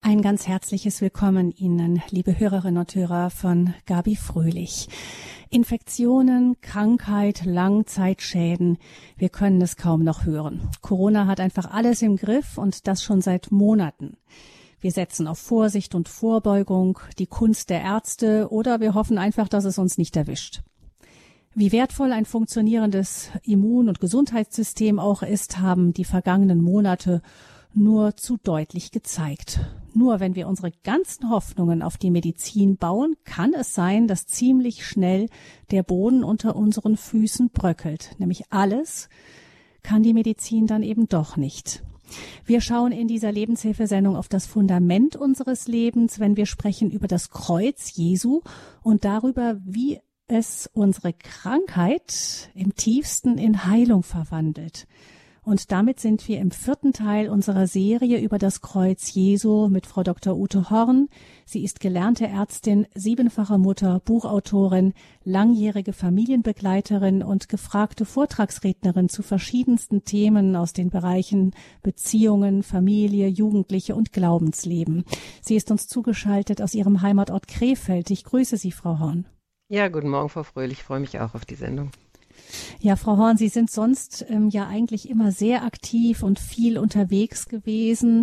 Ein ganz herzliches Willkommen Ihnen, liebe Hörerinnen und Hörer von Gabi Fröhlich. Infektionen, Krankheit, Langzeitschäden, wir können es kaum noch hören. Corona hat einfach alles im Griff und das schon seit Monaten. Wir setzen auf Vorsicht und Vorbeugung, die Kunst der Ärzte oder wir hoffen einfach, dass es uns nicht erwischt. Wie wertvoll ein funktionierendes Immun- und Gesundheitssystem auch ist, haben die vergangenen Monate nur zu deutlich gezeigt. Nur wenn wir unsere ganzen Hoffnungen auf die Medizin bauen, kann es sein, dass ziemlich schnell der Boden unter unseren Füßen bröckelt. Nämlich alles kann die Medizin dann eben doch nicht. Wir schauen in dieser Lebenshilfesendung auf das Fundament unseres Lebens, wenn wir sprechen über das Kreuz Jesu und darüber, wie es unsere Krankheit im tiefsten in Heilung verwandelt. Und damit sind wir im 4. Teil unserer Serie über das Kreuz Jesu mit Frau Dr. Ute Horn. Sie ist gelernte Ärztin, 7-fache Mutter, Buchautorin, langjährige Familienbegleiterin und gefragte Vortragsrednerin zu verschiedensten Themen aus den Bereichen Beziehungen, Familie, Jugendliche und Glaubensleben. Sie ist uns zugeschaltet aus ihrem Heimatort Krefeld. Ich grüße Sie, Frau Horn. Ja, guten Morgen, Frau Fröhlich. Ich freue mich auch auf die Sendung. Ja, Frau Horn, Sie sind sonst ja eigentlich immer sehr aktiv und viel unterwegs gewesen.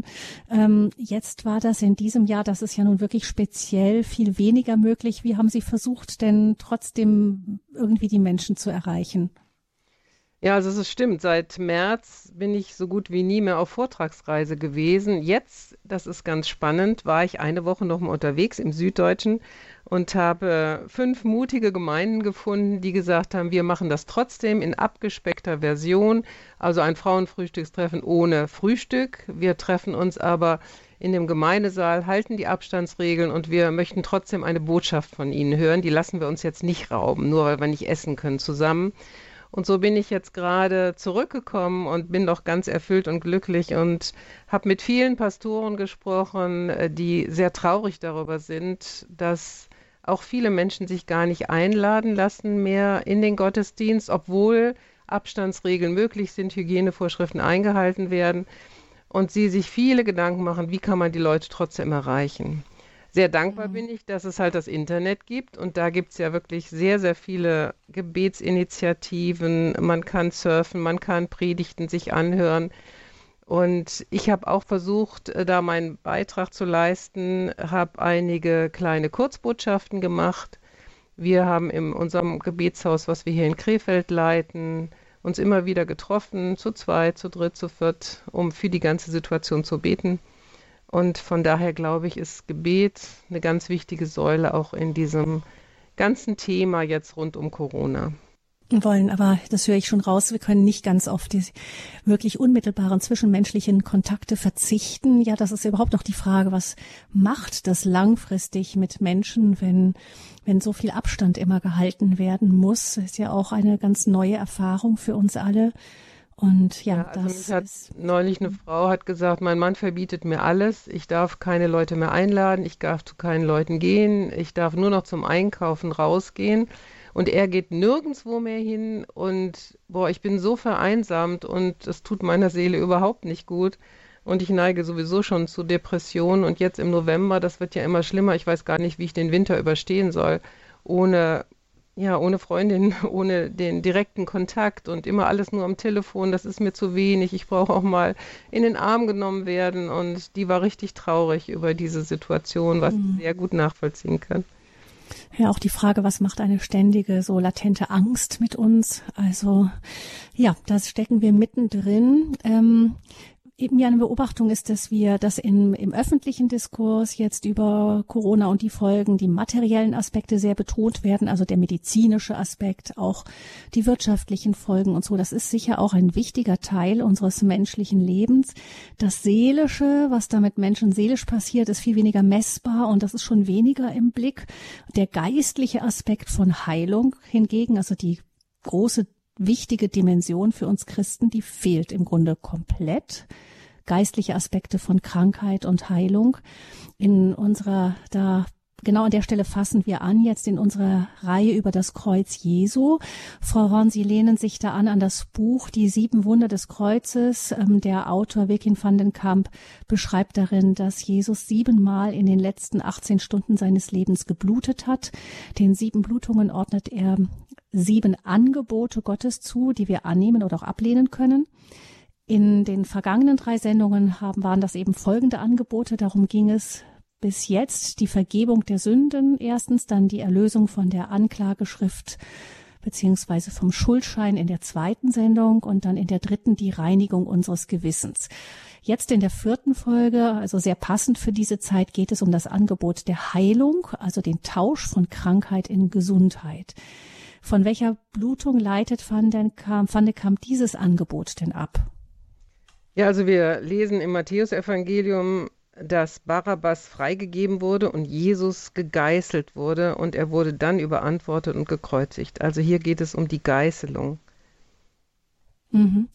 Jetzt war das in diesem Jahr, das ist ja nun wirklich speziell, viel weniger möglich. Wie haben Sie versucht, denn trotzdem irgendwie die Menschen zu erreichen? Ja, also es stimmt. Seit März bin ich so gut wie nie mehr auf Vortragsreise gewesen. Jetzt, das ist ganz spannend, war ich eine Woche noch mal unterwegs im Süddeutschen und habe 5 mutige Gemeinden gefunden, die gesagt haben, wir machen das trotzdem in abgespeckter Version, also ein Frauenfrühstückstreffen ohne Frühstück. Wir treffen uns aber in dem Gemeindesaal, halten die Abstandsregeln und wir möchten trotzdem eine Botschaft von Ihnen hören. Die lassen wir uns jetzt nicht rauben, nur weil wir nicht essen können zusammen. Und so bin ich jetzt gerade zurückgekommen und bin doch ganz erfüllt und glücklich und habe mit vielen Pastoren gesprochen, die sehr traurig darüber sind, dass auch viele Menschen sich gar nicht einladen lassen mehr in den Gottesdienst, obwohl Abstandsregeln möglich sind, Hygienevorschriften eingehalten werden und sie sich viele Gedanken machen, wie kann man die Leute trotzdem erreichen. Sehr dankbar bin ich, dass es halt das Internet gibt und da gibt es ja wirklich sehr, sehr viele Gebetsinitiativen. Man kann surfen, man kann Predigten sich anhören und ich habe auch versucht, da meinen Beitrag zu leisten, habe einige kleine Kurzbotschaften gemacht. Wir haben in unserem Gebetshaus, was wir hier in Krefeld leiten, uns immer wieder getroffen, zu 2, zu 3, zu 4, um für die ganze Situation zu beten. Und von daher glaube ich, ist Gebet eine ganz wichtige Säule auch in diesem ganzen Thema jetzt rund um Corona. Wollen, aber das höre ich schon raus, wir können nicht ganz auf die wirklich unmittelbaren zwischenmenschlichen Kontakte verzichten. Ja, das ist überhaupt noch die Frage, was macht das langfristig mit Menschen, wenn so viel Abstand immer gehalten werden muss? Das ist ja auch eine ganz neue Erfahrung für uns alle. Und ja, also mich hat neulich eine Frau hat gesagt, mein Mann verbietet mir alles, ich darf keine Leute mehr einladen, ich darf zu keinen Leuten gehen, ich darf nur noch zum Einkaufen rausgehen und er geht nirgendwo mehr hin und ich bin so vereinsamt und es tut meiner Seele überhaupt nicht gut und ich neige sowieso schon zu Depressionen und jetzt im November, das wird ja immer schlimmer, ich weiß gar nicht, wie ich den Winter überstehen soll, ohne Freundin, ohne den direkten Kontakt und immer alles nur am Telefon, das ist mir zu wenig. Ich brauche auch mal in den Arm genommen werden und die war richtig traurig über diese Situation, was ich sehr gut nachvollziehen kann. Ja, auch die Frage, was macht eine ständige, so latente Angst mit uns? Also ja, da stecken wir mittendrin. Eben ja eine Beobachtung ist, dass wir das im öffentlichen Diskurs jetzt über Corona und die Folgen, die materiellen Aspekte sehr betont werden, also der medizinische Aspekt, auch die wirtschaftlichen Folgen und so. Das ist sicher auch ein wichtiger Teil unseres menschlichen Lebens. Das Seelische, was da mit Menschen seelisch passiert, ist viel weniger messbar und das ist schon weniger im Blick. Der geistliche Aspekt von Heilung hingegen, also die große wichtige Dimension für uns Christen, die fehlt im Grunde komplett. Geistliche Aspekte von Krankheit und Heilung in unserer da Genau an der Stelle fassen wir an, jetzt in unserer Reihe über das Kreuz Jesu. Frau Horn, Sie lehnen sich da an das Buch Die 7 Wunder des Kreuzes. Der Autor Wickin van den Kamp beschreibt darin, dass Jesus 7-mal in den letzten 18 Stunden seines Lebens geblutet hat. Den 7 Blutungen ordnet er 7 Angebote Gottes zu, die wir annehmen oder auch ablehnen können. In den vergangenen 3 Sendungen waren das eben folgende Angebote. Darum ging es bis jetzt: die Vergebung der Sünden erstens, dann die Erlösung von der Anklageschrift beziehungsweise vom Schuldschein in der 2. Sendung und dann in der 3. die Reinigung unseres Gewissens. Jetzt in der 4. Folge, also sehr passend für diese Zeit, geht es um das Angebot der Heilung, also den Tausch von Krankheit in Gesundheit. Von welcher Blutung leitet Van de Kamp dieses Angebot denn ab? Ja, also wir lesen im Matthäusevangelium, dass Barabbas freigegeben wurde und Jesus gegeißelt wurde und er wurde dann überantwortet und gekreuzigt. Also hier geht es um die Geißelung. Mhm.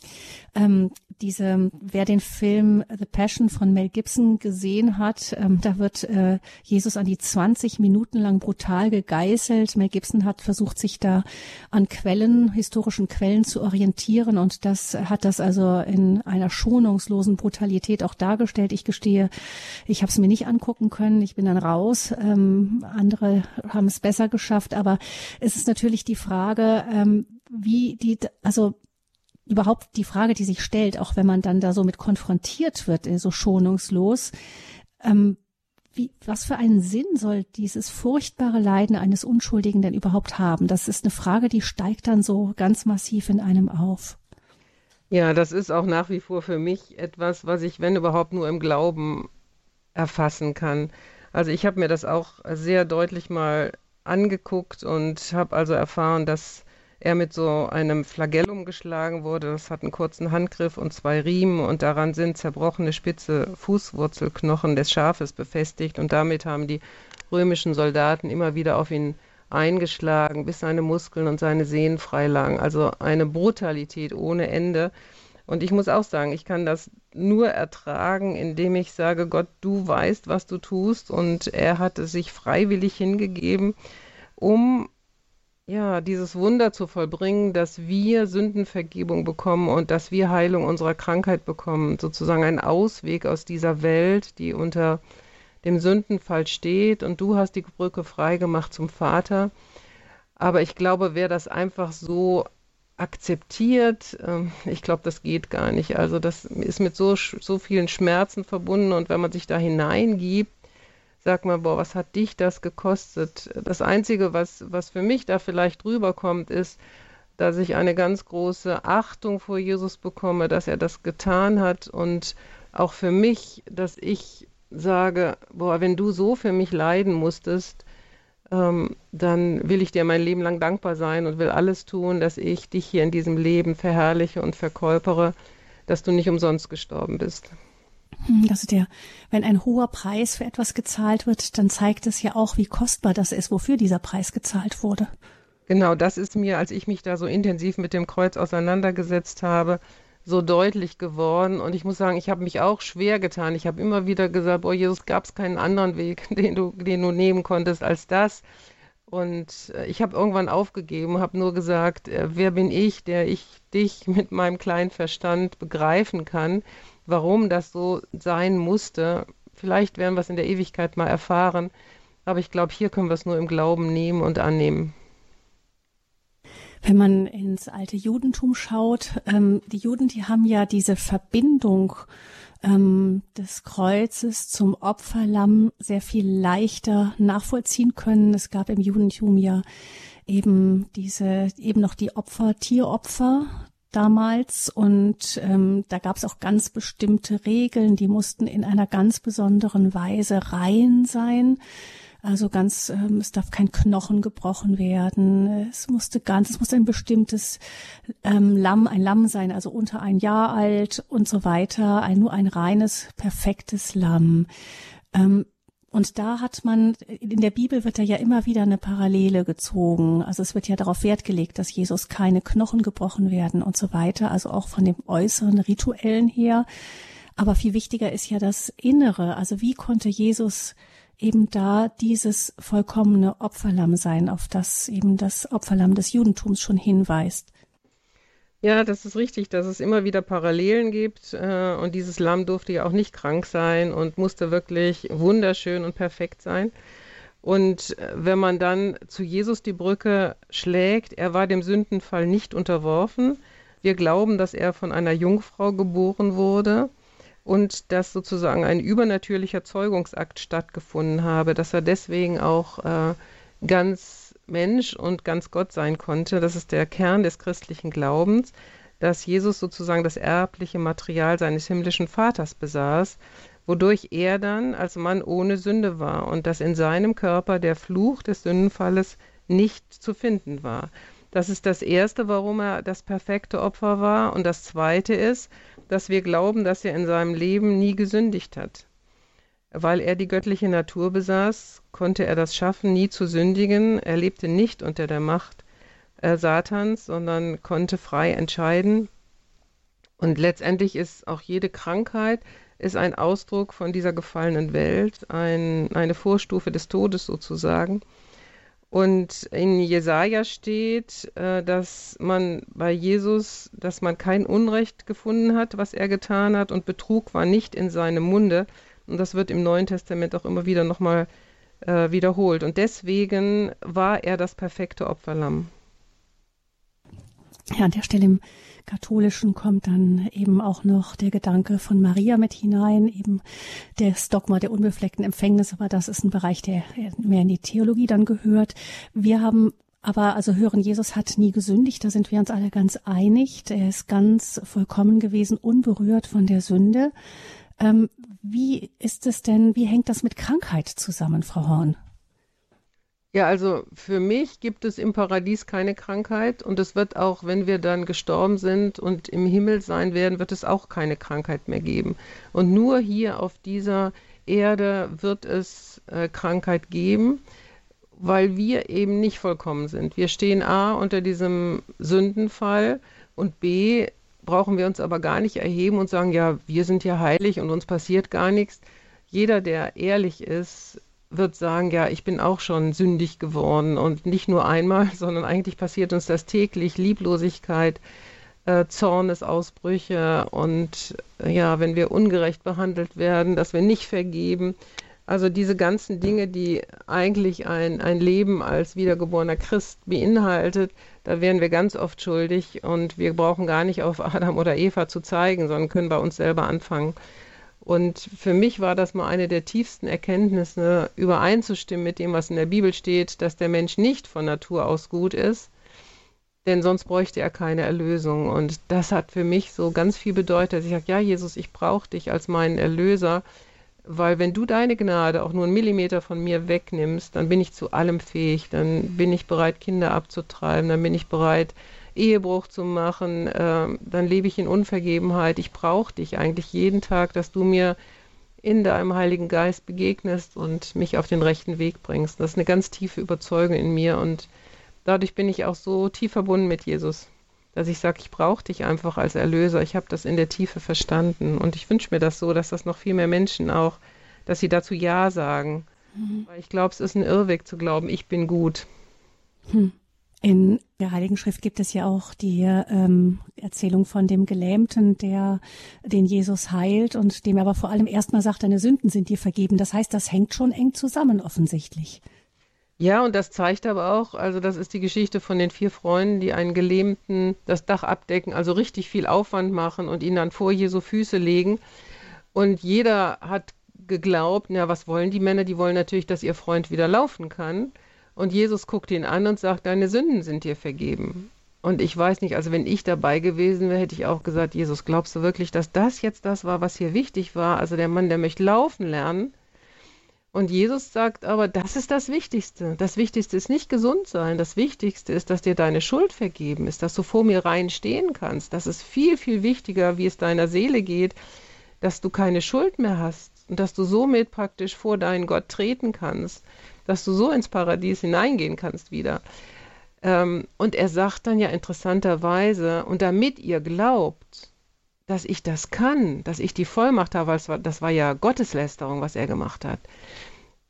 Wer den Film The Passion von Mel Gibson gesehen hat, da wird Jesus an die 20 Minuten lang brutal gegeißelt. Mel Gibson hat versucht, sich da an historischen Quellen zu orientieren, und das hat das also in einer schonungslosen Brutalität auch dargestellt. Ich gestehe, ich habe es mir nicht angucken können. Ich bin dann raus. Andere haben es besser geschafft, aber es ist natürlich die Frage, überhaupt die Frage, die sich stellt, auch wenn man dann da so mit konfrontiert wird, so schonungslos, was für einen Sinn soll dieses furchtbare Leiden eines Unschuldigen denn überhaupt haben? Das ist eine Frage, die steigt dann so ganz massiv in einem auf. Ja, das ist auch nach wie vor für mich etwas, was ich, wenn überhaupt, nur im Glauben erfassen kann. Also ich habe mir das auch sehr deutlich mal angeguckt und habe also erfahren, dass er mit so einem Flagellum geschlagen wurde. Das hat einen kurzen Handgriff und 2 Riemen und daran sind zerbrochene spitze Fußwurzelknochen des Schafes befestigt und damit haben die römischen Soldaten immer wieder auf ihn eingeschlagen, bis seine Muskeln und seine Sehnen frei lagen. Also eine Brutalität ohne Ende. Und ich muss auch sagen, ich kann das nur ertragen, indem ich sage, Gott, du weißt, was du tust, und er hat es sich freiwillig hingegeben, um dieses Wunder zu vollbringen, dass wir Sündenvergebung bekommen und dass wir Heilung unserer Krankheit bekommen. Sozusagen ein Ausweg aus dieser Welt, die unter dem Sündenfall steht. Und du hast die Brücke freigemacht zum Vater. Aber ich glaube, wer das einfach so akzeptiert, ich glaube, das geht gar nicht. Also das ist mit so vielen Schmerzen verbunden. Und wenn man sich da hineingibt, sag mal, was hat dich das gekostet? Das Einzige, was für mich da vielleicht rüberkommt, ist, dass ich eine ganz große Achtung vor Jesus bekomme, dass er das getan hat, und auch für mich, dass ich sage, wenn du so für mich leiden musstest, dann will ich dir mein Leben lang dankbar sein und will alles tun, dass ich dich hier in diesem Leben verherrliche und verkörpere, dass du nicht umsonst gestorben bist. Also wenn ein hoher Preis für etwas gezahlt wird, dann zeigt es ja auch, wie kostbar das ist, wofür dieser Preis gezahlt wurde. Genau, das ist mir, als ich mich da so intensiv mit dem Kreuz auseinandergesetzt habe, so deutlich geworden. Und ich muss sagen, ich habe mich auch schwer getan. Ich habe immer wieder gesagt, Jesus, gab es keinen anderen Weg, den du nehmen konntest als das. Und ich habe irgendwann aufgegeben, habe nur gesagt, wer bin ich, der ich dich mit meinem kleinen Verstand begreifen kann, warum das so sein musste. Vielleicht werden wir es in der Ewigkeit mal erfahren, aber ich glaube, hier können wir es nur im Glauben nehmen und annehmen. Wenn man ins alte Judentum schaut, die Juden, die haben ja diese Verbindung des Kreuzes zum Opferlamm sehr viel leichter nachvollziehen können. Es gab im Judentum ja eben noch die Tieropfer damals, und da gab es auch ganz bestimmte Regeln, die mussten in einer ganz besonderen Weise rein sein. Also es darf kein Knochen gebrochen werden. Es muss ein bestimmtes ein Lamm sein, also unter 1 Jahr alt und so weiter. Nur ein reines, perfektes Lamm. Und da hat man, in der Bibel wird da ja immer wieder eine Parallele gezogen. Also es wird ja darauf Wert gelegt, dass Jesus keine Knochen gebrochen werden und so weiter. Also auch von dem äußeren Rituellen her. Aber viel wichtiger ist ja das Innere. Also wie konnte Jesus eben da dieses vollkommene Opferlamm sein, auf das eben das Opferlamm des Judentums schon hinweist. Ja, das ist richtig, dass es immer wieder Parallelen gibt. Und dieses Lamm durfte ja auch nicht krank sein und musste wirklich wunderschön und perfekt sein. Und wenn man dann zu Jesus die Brücke schlägt, er war dem Sündenfall nicht unterworfen. Wir glauben, dass er von einer Jungfrau geboren wurde und dass sozusagen ein übernatürlicher Zeugungsakt stattgefunden habe, dass er deswegen auch ganz Mensch und ganz Gott sein konnte. Das ist der Kern des christlichen Glaubens, dass Jesus sozusagen das erbliche Material seines himmlischen Vaters besaß, wodurch er dann als Mann ohne Sünde war und dass in seinem Körper der Fluch des Sündenfalles nicht zu finden war. Das ist das Erste, warum er das perfekte Opfer war. Und das Zweite ist, dass wir glauben, dass er in seinem Leben nie gesündigt hat. Weil er die göttliche Natur besaß, konnte er das schaffen, nie zu sündigen. Er lebte nicht unter der Macht Satans, sondern konnte frei entscheiden. Und letztendlich ist auch jede Krankheit ist ein Ausdruck von dieser gefallenen Welt, eine Vorstufe des Todes sozusagen. Und in Jesaja steht, dass man bei Jesus, dass man kein Unrecht gefunden hat, was er getan hat, und Betrug war nicht in seinem Munde. Und das wird im Neuen Testament auch immer wieder nochmal wiederholt. Und deswegen war er das perfekte Opferlamm. Ja, an der Stelle im Katholischen kommt dann eben auch noch der Gedanke von Maria mit hinein, eben das Dogma der unbefleckten Empfängnis, aber das ist ein Bereich, der mehr in die Theologie dann gehört. Wir haben aber, also hören, Jesus hat nie gesündigt, da sind wir uns alle ganz einig. Er ist ganz vollkommen gewesen, unberührt von der Sünde. Wie ist es denn, wie hängt das mit Krankheit zusammen, Frau Horn? Ja, also für mich gibt es im Paradies keine Krankheit und es wird auch, wenn wir dann gestorben sind und im Himmel sein werden, wird es auch keine Krankheit mehr geben. Und nur hier auf dieser Erde wird es Krankheit geben, weil wir eben nicht vollkommen sind. Wir stehen A unter diesem Sündenfall und B brauchen wir uns aber gar nicht erheben und sagen, ja, wir sind ja heilig und uns passiert gar nichts. Jeder, der ehrlich ist, wird sagen, ja, ich bin auch schon sündig geworden und nicht nur einmal, sondern eigentlich passiert uns das täglich, Lieblosigkeit, Zornesausbrüche und ja, wenn wir ungerecht behandelt werden, dass wir nicht vergeben. Also diese ganzen Dinge, die eigentlich ein Leben als wiedergeborener Christ beinhaltet, da wären wir ganz oft schuldig und wir brauchen gar nicht auf Adam oder Eva zu zeigen, sondern können bei uns selber anfangen. Und für mich war das mal eine der tiefsten Erkenntnisse, übereinzustimmen mit dem, was in der Bibel steht, dass der Mensch nicht von Natur aus gut ist, denn sonst bräuchte er keine Erlösung. Und das hat für mich so ganz viel bedeutet. Ich sage, ja, Jesus, ich brauche dich als meinen Erlöser, weil wenn du deine Gnade auch nur einen Millimeter von mir wegnimmst, dann bin ich zu allem fähig, dann bin ich bereit, Kinder abzutreiben, dann bin ich bereit, Ehebruch zu machen, dann lebe ich in Unvergebenheit. Ich brauche dich eigentlich jeden Tag, dass du mir in deinem Heiligen Geist begegnest und mich auf den rechten Weg bringst. Das ist eine ganz tiefe Überzeugung in mir und dadurch bin ich auch so tief verbunden mit Jesus, dass ich sage, ich brauche dich einfach als Erlöser. Ich habe das in der Tiefe verstanden und ich wünsche mir das so, dass das noch viel mehr Menschen auch, dass sie dazu Ja sagen. Weil ich glaube, es ist ein Irrweg zu glauben, ich bin gut. In der Heiligen Schrift gibt es ja auch die Erzählung von dem Gelähmten, den Jesus heilt und dem aber vor allem erstmal sagt, deine Sünden sind dir vergeben. Das heißt, das hängt schon eng zusammen offensichtlich. Ja, und das zeigt aber auch, also das ist die Geschichte von den 4 Freunden, die einen Gelähmten das Dach abdecken, also richtig viel Aufwand machen und ihn dann vor Jesu Füße legen. Und jeder hat geglaubt, ja, was wollen die Männer? Die wollen natürlich, dass ihr Freund wieder laufen kann. Und Jesus guckt ihn an und sagt, deine Sünden sind dir vergeben. Und ich weiß nicht, also wenn ich dabei gewesen wäre, hätte ich auch gesagt, Jesus, glaubst du wirklich, dass das jetzt das war, was hier wichtig war? Also der Mann, der möchte laufen lernen. Und Jesus sagt aber, das ist das Wichtigste. Das Wichtigste ist nicht gesund sein. Das Wichtigste ist, dass dir deine Schuld vergeben ist, dass du vor mir rein stehen kannst. Das ist viel, viel wichtiger, wie es deiner Seele geht, dass du keine Schuld mehr hast und dass du somit praktisch vor deinen Gott treten kannst, dass du so ins Paradies hineingehen kannst wieder. Und er sagt dann ja interessanterweise, und damit ihr glaubt, dass ich das kann, dass ich die Vollmacht habe, weil das war ja Gotteslästerung, was er gemacht hat.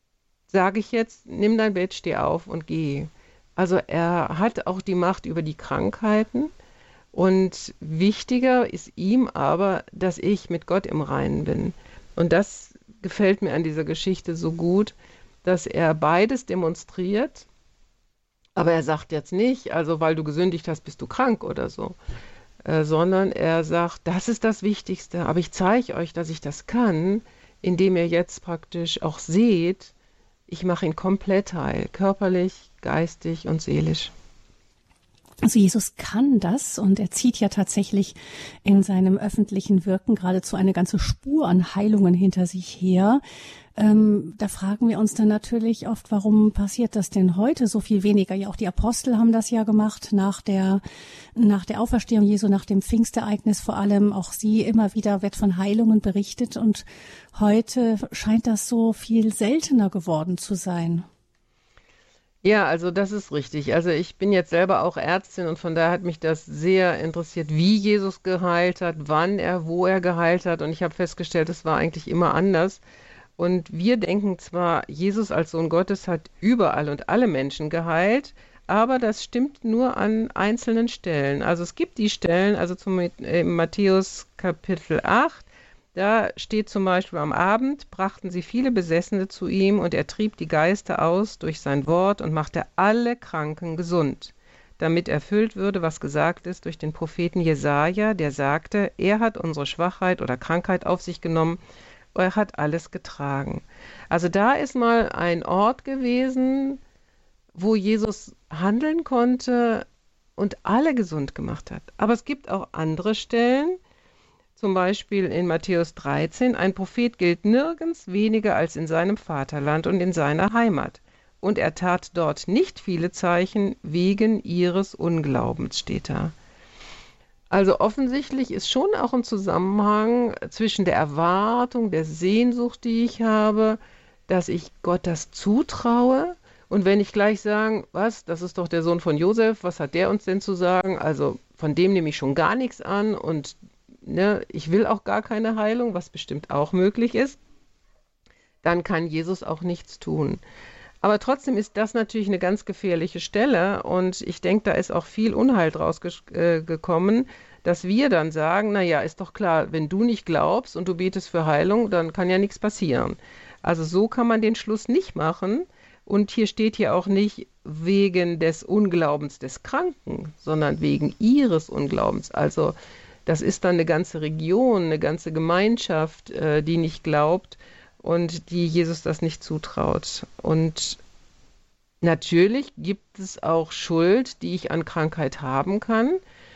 sage ich jetzt, nimm dein Bett, steh auf und geh. Also er hat auch die Macht über die Krankheiten. Und wichtiger ist ihm aber, dass ich mit Gott im Reinen bin. Und das gefällt mir an dieser Geschichte so gut, dass er beides demonstriert. Aber er sagt jetzt nicht, also weil du gesündigt hast, bist du krank oder so, sondern er sagt, das ist das Wichtigste. Aber ich zeige euch, dass ich das kann, indem ihr jetzt praktisch auch seht, ich mache ihn komplett heil, körperlich, geistig und seelisch. Also Jesus kann das und er zieht ja tatsächlich in seinem öffentlichen Wirken geradezu eine ganze Spur an Heilungen hinter sich her. Da fragen wir uns dann natürlich oft, warum passiert das denn heute so viel weniger? Ja, auch die Apostel haben das ja gemacht nach der Auferstehung Jesu, nach dem Pfingstereignis vor allem. Auch sie immer wieder wird von Heilungen berichtet und heute scheint das so viel seltener geworden zu sein. Ja, also das ist richtig. Also ich bin jetzt selber auch Ärztin und von daher hat mich das sehr interessiert, wie Jesus geheilt hat, wann er, wo er geheilt hat. Und ich habe festgestellt, es war eigentlich immer anders. Und wir denken zwar, Jesus als Sohn Gottes hat überall und alle Menschen geheilt, aber das stimmt nur an einzelnen Stellen. Also es gibt die Stellen, also in Matthäus Kapitel 8, da steht zum Beispiel, am Abend brachten sie viele Besessene zu ihm und er trieb die Geister aus durch sein Wort und machte alle Kranken gesund, damit erfüllt würde, was gesagt ist durch den Propheten Jesaja, der sagte, er hat unsere Schwachheit oder Krankheit auf sich genommen, er hat alles getragen. Also da ist mal ein Ort gewesen, wo Jesus handeln konnte und alle gesund gemacht hat. Aber es gibt auch andere Stellen, zum Beispiel in Matthäus 13, ein Prophet gilt nirgends weniger als in seinem Vaterland und in seiner Heimat. Und er tat dort nicht viele Zeichen wegen ihres Unglaubens, steht da. Also offensichtlich ist schon auch ein Zusammenhang zwischen der Erwartung, der Sehnsucht, die ich habe, dass ich Gott das zutraue. Und wenn ich gleich sagen, was, das ist doch der Sohn von Josef, was hat der uns denn zu sagen? Also von dem nehme ich schon gar nichts an und ich will auch gar keine Heilung, was bestimmt auch möglich ist, dann kann Jesus auch nichts tun. Aber trotzdem ist das natürlich eine ganz gefährliche Stelle und ich denke, da ist auch viel Unheil draus gekommen, dass wir dann sagen, naja, ist doch klar, wenn du nicht glaubst und du betest für Heilung, dann kann ja nichts passieren. Also so kann man den Schluss nicht machen und hier steht ja auch nicht wegen des Unglaubens des Kranken, sondern wegen ihres Unglaubens. Also das ist dann eine ganze Region, eine ganze Gemeinschaft, die nicht glaubt und die Jesus das nicht zutraut. Und natürlich gibt es auch Schuld, die ich an Krankheit haben kann.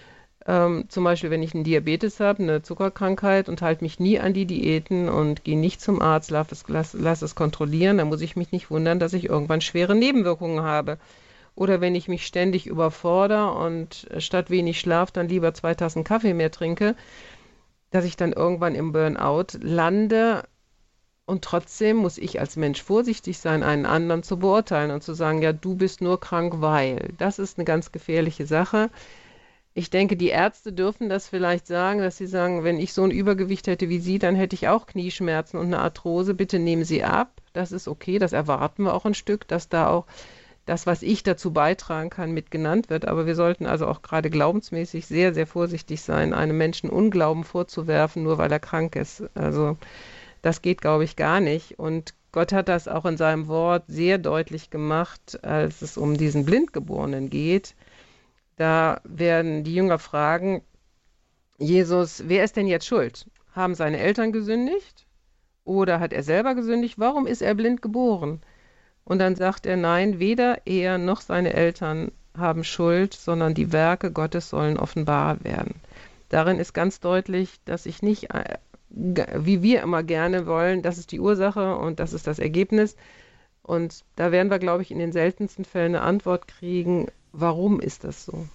Zum Beispiel, wenn ich einen Diabetes habe, eine Zuckerkrankheit und halte mich nie an die Diäten und gehe nicht zum Arzt, lass es kontrollieren, dann muss ich mich nicht wundern, dass ich irgendwann schwere Nebenwirkungen habe. Oder wenn ich mich ständig überfordere und statt wenig Schlaf dann lieber 2 Tassen Kaffee mehr trinke, dass ich dann irgendwann im Burnout lande. Und trotzdem muss ich als Mensch vorsichtig sein, einen anderen zu beurteilen und zu sagen, ja, du bist nur krank, weil. Das ist eine ganz gefährliche Sache. Ich denke, die Ärzte dürfen das vielleicht sagen, dass sie sagen, wenn ich so ein Übergewicht hätte wie Sie, dann hätte ich auch Knieschmerzen und eine Arthrose. Bitte nehmen Sie ab. Das ist okay, das erwarten wir auch ein Stück, dass da auch das, was ich dazu beitragen kann, mit genannt wird. Aber wir sollten also auch gerade glaubensmäßig sehr, sehr vorsichtig sein, einem Menschen Unglauben vorzuwerfen, nur weil er krank ist. Also das geht, glaube ich, gar nicht. Und Gott hat das auch in seinem Wort sehr deutlich gemacht, als es um diesen Blindgeborenen geht. Da werden die Jünger fragen, Jesus, wer ist denn jetzt schuld? Haben seine Eltern gesündigt? Oder hat er selber gesündigt? Warum ist er blind geboren? Und dann sagt er, nein, weder er noch seine Eltern haben Schuld, sondern die Werke Gottes sollen offenbar werden. Darin ist ganz deutlich, dass ich nicht, wie wir immer gerne wollen, das ist die Ursache und das ist das Ergebnis. Und da werden wir, glaube ich, in den seltensten Fällen eine Antwort kriegen, warum ist das so?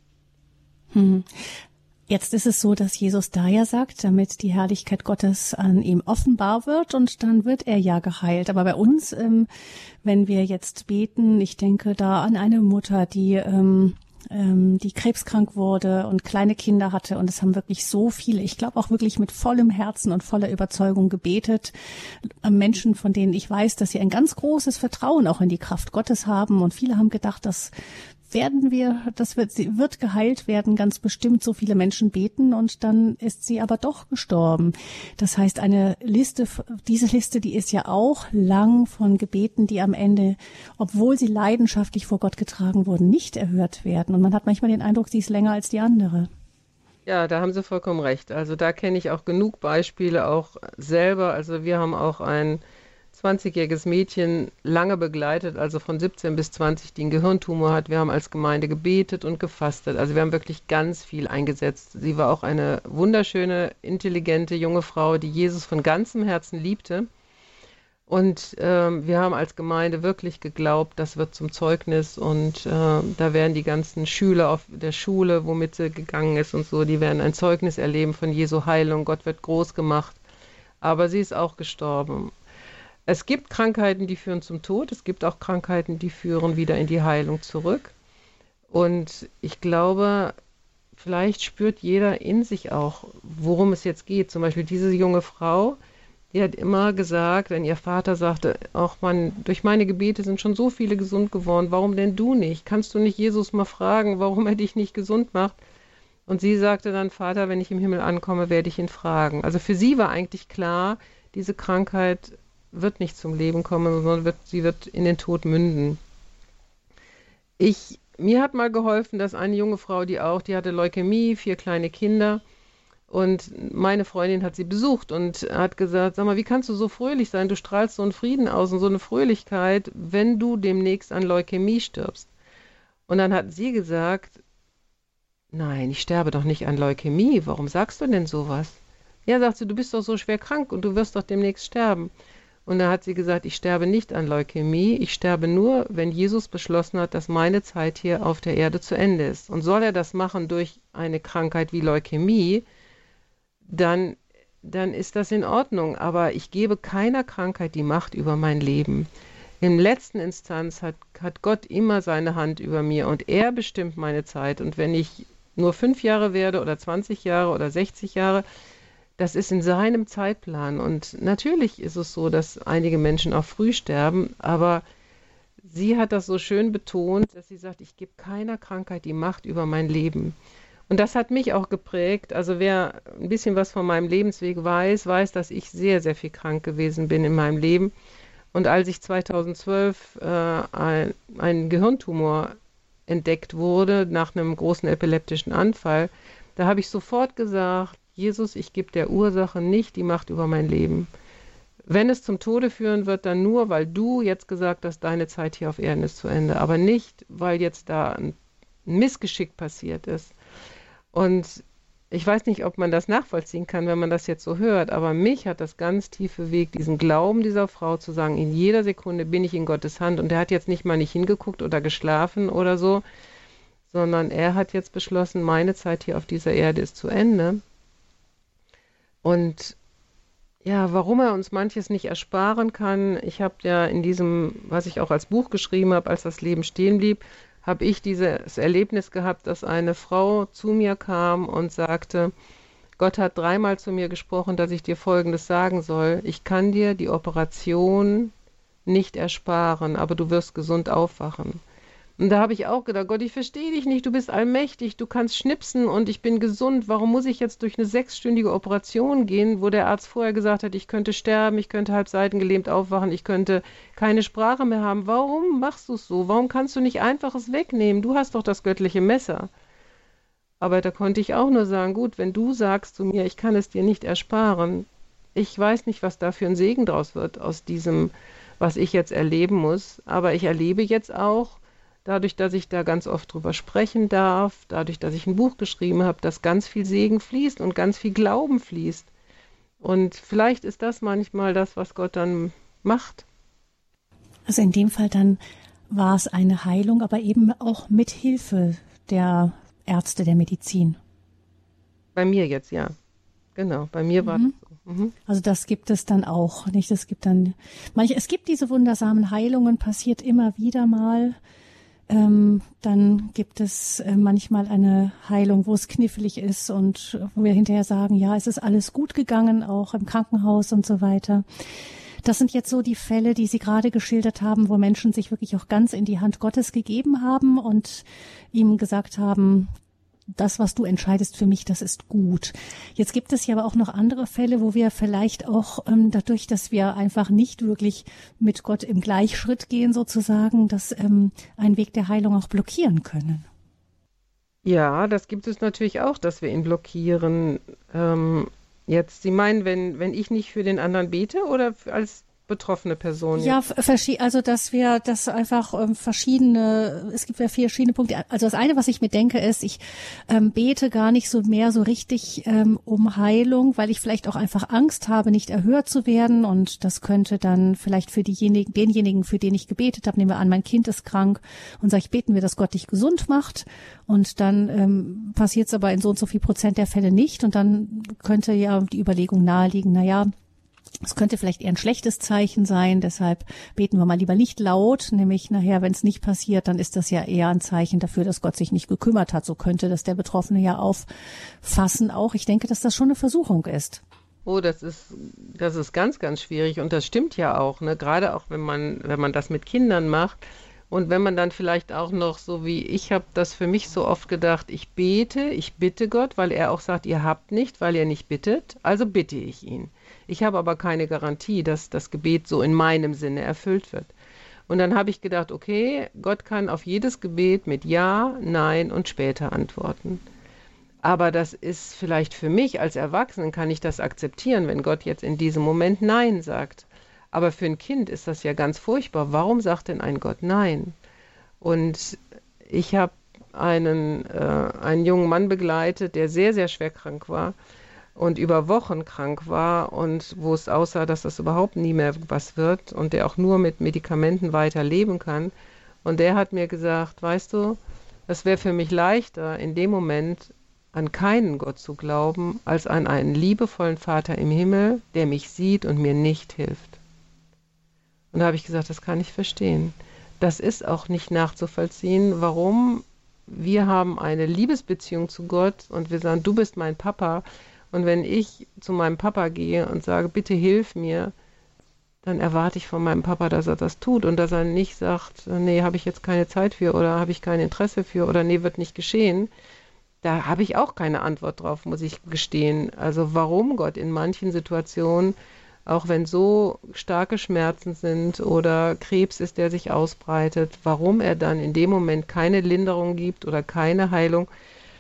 Jetzt ist es so, dass Jesus da ja sagt, damit die Herrlichkeit Gottes an ihm offenbar wird und dann wird er ja geheilt. Aber bei uns, wenn wir jetzt beten, ich denke da an eine Mutter, die die krebskrank wurde und kleine Kinder hatte. Und es haben wirklich so viele, ich glaube auch wirklich mit vollem Herzen und voller Überzeugung gebetet. Menschen, von denen ich weiß, dass sie ein ganz großes Vertrauen auch in die Kraft Gottes haben. Und viele haben gedacht, sie wird geheilt werden, ganz bestimmt. So viele Menschen beten und dann ist sie aber doch gestorben. Das heißt, diese Liste, die ist ja auch lang von Gebeten, die am Ende, obwohl sie leidenschaftlich vor Gott getragen wurden, nicht erhört werden. Und man hat manchmal den Eindruck, sie ist länger als die andere. Ja, da haben Sie vollkommen recht. Also da kenne ich auch genug Beispiele, auch selber. Also wir haben auch ein 20-jähriges Mädchen lange begleitet, also von 17 bis 20, die einen Gehirntumor hat. Wir haben als Gemeinde gebetet und gefastet. Also wir haben wirklich ganz viel eingesetzt. Sie war auch eine wunderschöne, intelligente junge Frau, die Jesus von ganzem Herzen liebte. Und wir haben als Gemeinde wirklich geglaubt, das wird zum Zeugnis. Und da werden die ganzen Schüler auf der Schule, womit sie gegangen ist und so, die werden ein Zeugnis erleben von Jesu Heilung. Gott wird groß gemacht. Aber sie ist auch gestorben. Es gibt Krankheiten, die führen zum Tod. Es gibt auch Krankheiten, die führen wieder in die Heilung zurück. Und ich glaube, vielleicht spürt jeder in sich auch, worum es jetzt geht. Zum Beispiel diese junge Frau, die hat immer gesagt, wenn ihr Vater sagte, ach Mann, durch meine Gebete sind schon so viele gesund geworden, warum denn du nicht? Kannst du nicht Jesus mal fragen, warum er dich nicht gesund macht? Und sie sagte dann, Vater, wenn ich im Himmel ankomme, werde ich ihn fragen. Also für sie war eigentlich klar, diese Krankheit wird nicht zum Leben kommen, sondern sie wird in den Tod münden. Mir hat mal geholfen, dass eine junge Frau, die hatte Leukämie, 4 kleine Kinder, und meine Freundin hat sie besucht und hat gesagt, sag mal, wie kannst du so fröhlich sein? Du strahlst so einen Frieden aus und so eine Fröhlichkeit, wenn du demnächst an Leukämie stirbst. Und dann hat sie gesagt, nein, ich sterbe doch nicht an Leukämie, warum sagst du denn sowas? Ja, sagt sie, du bist doch so schwer krank und du wirst doch demnächst sterben. Und da hat sie gesagt, ich sterbe nicht an Leukämie, ich sterbe nur, wenn Jesus beschlossen hat, dass meine Zeit hier auf der Erde zu Ende ist. Und soll er das machen durch eine Krankheit wie Leukämie, dann ist das in Ordnung. Aber ich gebe keiner Krankheit die Macht über mein Leben. Im letzten Instanz hat Gott immer seine Hand über mir und er bestimmt meine Zeit. Und wenn ich nur 5 Jahre werde oder 20 Jahre oder 60 Jahre, das ist in seinem Zeitplan. Und natürlich ist es so, dass einige Menschen auch früh sterben, aber sie hat das so schön betont, dass sie sagt, ich gebe keiner Krankheit die Macht über mein Leben. Und das hat mich auch geprägt. Also wer ein bisschen was von meinem Lebensweg weiß, dass ich sehr, sehr viel krank gewesen bin in meinem Leben. Und als ich 2012 ein Gehirntumor entdeckt wurde nach einem großen epileptischen Anfall, da habe ich sofort gesagt, Jesus, ich gebe der Ursache nicht die Macht über mein Leben. Wenn es zum Tode führen wird, dann nur, weil du jetzt gesagt hast, deine Zeit hier auf Erden ist zu Ende, aber nicht, weil jetzt da ein Missgeschick passiert ist. Und ich weiß nicht, ob man das nachvollziehen kann, wenn man das jetzt so hört, aber mich hat das ganz tief bewegt, diesen Glauben dieser Frau zu sagen, in jeder Sekunde bin ich in Gottes Hand. Und er hat jetzt nicht mal nicht hingeguckt oder geschlafen oder so, sondern er hat jetzt beschlossen, meine Zeit hier auf dieser Erde ist zu Ende. Und ja, warum er uns manches nicht ersparen kann, ich habe ja in diesem, was ich auch als Buch geschrieben habe, als das Leben stehen blieb, habe ich dieses Erlebnis gehabt, dass eine Frau zu mir kam und sagte, Gott hat 3-mal zu mir gesprochen, dass ich dir Folgendes sagen soll. Ich kann dir die Operation nicht ersparen, aber du wirst gesund aufwachen. Und da habe ich auch gedacht, Gott, ich verstehe dich nicht, du bist allmächtig, du kannst schnipsen und ich bin gesund. Warum muss ich jetzt durch eine 6-stündige Operation gehen, wo der Arzt vorher gesagt hat, ich könnte sterben, ich könnte halb seitengelähmt aufwachen, ich könnte keine Sprache mehr haben. Warum machst du es so? Warum kannst du nicht einfach es wegnehmen? Du hast doch das göttliche Messer. Aber da konnte ich auch nur sagen, gut, wenn du sagst zu mir, ich kann es dir nicht ersparen, ich weiß nicht, was da für ein Segen draus wird aus diesem, was ich jetzt erleben muss. Aber ich erlebe jetzt auch, dadurch, dass ich da ganz oft drüber sprechen darf, dadurch, dass ich ein Buch geschrieben habe, dass ganz viel Segen fließt und ganz viel Glauben fließt. Und vielleicht ist das manchmal das, was Gott dann macht. Also in dem Fall dann war es eine Heilung, aber eben auch mit Hilfe der Ärzte, der Medizin. Bei mir jetzt, ja. Genau, bei mir war das so. Mhm. Also das gibt es dann auch, nicht? Es gibt diese wundersamen Heilungen, passiert immer wieder mal. Dann gibt es manchmal eine Heilung, wo es knifflig ist und wo wir hinterher sagen, ja, es ist alles gut gegangen, auch im Krankenhaus und so weiter. Das sind jetzt so die Fälle, die Sie gerade geschildert haben, wo Menschen sich wirklich auch ganz in die Hand Gottes gegeben haben und ihm gesagt haben, das, was du entscheidest für mich, das ist gut. Jetzt gibt es ja aber auch noch andere Fälle, wo wir vielleicht auch dadurch, dass wir einfach nicht wirklich mit Gott im Gleichschritt gehen sozusagen, dass einen Weg der Heilung auch blockieren können. Ja, das gibt es natürlich auch, dass wir ihn blockieren. Jetzt, Sie meinen, wenn ich nicht für den anderen bete oder als betroffene Person? Ja, also dass wir das einfach es gibt ja verschiedene Punkte. Also das eine, was ich mir denke, ist, ich bete gar nicht so mehr so richtig um Heilung, weil ich vielleicht auch einfach Angst habe, nicht erhört zu werden, und das könnte dann vielleicht für denjenigen, für den ich gebetet habe, nehmen wir an, mein Kind ist krank, und sage ich, beten wir, dass Gott dich gesund macht, und dann passiert es aber in so und so viel Prozent der Fälle nicht, und dann könnte ja die Überlegung naheliegen, es könnte vielleicht eher ein schlechtes Zeichen sein, deshalb beten wir mal lieber nicht laut, nämlich nachher, wenn es nicht passiert, dann ist das ja eher ein Zeichen dafür, dass Gott sich nicht gekümmert hat. So könnte das der Betroffene ja auffassen auch. Ich denke, dass das schon eine Versuchung ist. Oh, das ist ganz, ganz schwierig, und das stimmt ja auch, ne? Gerade auch, wenn man das mit Kindern macht und wenn man dann vielleicht auch noch, so wie ich habe das für mich so oft gedacht, ich bitte Gott, weil er auch sagt, ihr habt nicht, weil ihr nicht bittet, also bitte ich ihn. Ich habe aber keine Garantie, dass das Gebet so in meinem Sinne erfüllt wird. Und dann habe ich gedacht, okay, Gott kann auf jedes Gebet mit Ja, Nein und später antworten. Aber das ist vielleicht für mich als Erwachsenen, kann ich das akzeptieren, wenn Gott jetzt in diesem Moment Nein sagt. Aber für ein Kind ist das ja ganz furchtbar. Warum sagt denn ein Gott Nein? Und ich habe einen jungen Mann begleitet, der sehr, sehr schwer krank war und über Wochen krank war und wo es aussah, dass das überhaupt nie mehr was wird und der auch nur mit Medikamenten weiter leben kann. Und der hat mir gesagt, weißt du, es wäre für mich leichter, in dem Moment an keinen Gott zu glauben, als an einen liebevollen Vater im Himmel, der mich sieht und mir nicht hilft. Und da habe ich gesagt, das kann ich verstehen. Das ist auch nicht nachzuvollziehen, warum wir haben eine Liebesbeziehung zu Gott und wir sagen, du bist mein Papa. Und wenn ich zu meinem Papa gehe und sage, bitte hilf mir, dann erwarte ich von meinem Papa, dass er das tut und dass er nicht sagt, nee, habe ich jetzt keine Zeit für oder habe ich kein Interesse für oder nee, wird nicht geschehen. Da habe ich auch keine Antwort drauf, muss ich gestehen. Also warum Gott in manchen Situationen, auch wenn so starke Schmerzen sind oder Krebs ist, der sich ausbreitet, warum er dann in dem Moment keine Linderung gibt oder keine Heilung,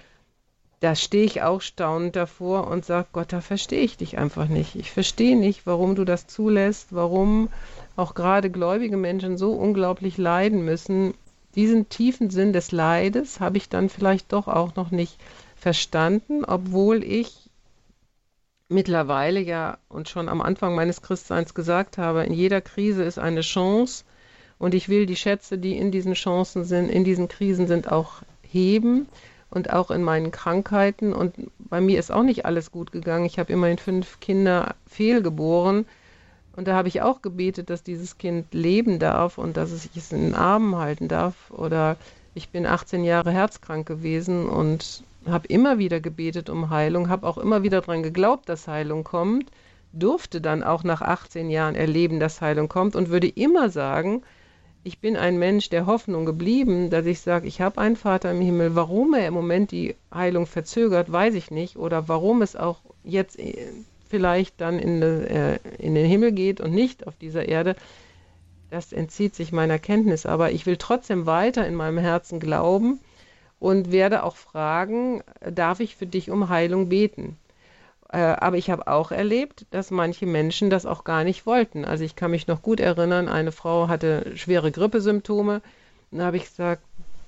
da stehe ich auch staunend davor und sage, Gott, da verstehe ich dich einfach nicht. Ich verstehe nicht, warum du das zulässt, warum auch gerade gläubige Menschen so unglaublich leiden müssen. Diesen tiefen Sinn des Leides habe ich dann vielleicht doch auch noch nicht verstanden, obwohl ich mittlerweile ja und schon am Anfang meines Christseins gesagt habe, in jeder Krise ist eine Chance und ich will die Schätze, die in diesen Chancen sind, in diesen Krisen sind, auch heben. Und auch in meinen Krankheiten. Und bei mir ist auch nicht alles gut gegangen. Ich habe immerhin 5 Kinder fehlgeboren. Und da habe ich auch gebetet, dass dieses Kind leben darf und dass es sich in den Armen halten darf. Oder ich bin 18 Jahre herzkrank gewesen und habe immer wieder gebetet um Heilung, habe auch immer wieder daran geglaubt, dass Heilung kommt, durfte dann auch nach 18 Jahren erleben, dass Heilung kommt und würde immer sagen, ich bin ein Mensch der Hoffnung geblieben, dass ich sage, ich habe einen Vater im Himmel. Warum er im Moment die Heilung verzögert, weiß ich nicht. Oder warum es auch jetzt vielleicht dann in den Himmel geht und nicht auf dieser Erde, das entzieht sich meiner Kenntnis. Aber ich will trotzdem weiter in meinem Herzen glauben und werde auch fragen, darf ich für dich um Heilung beten? Aber ich habe auch erlebt, dass manche Menschen das auch gar nicht wollten. Also ich kann mich noch gut erinnern, eine Frau hatte schwere Grippesymptome. Dann habe ich gesagt,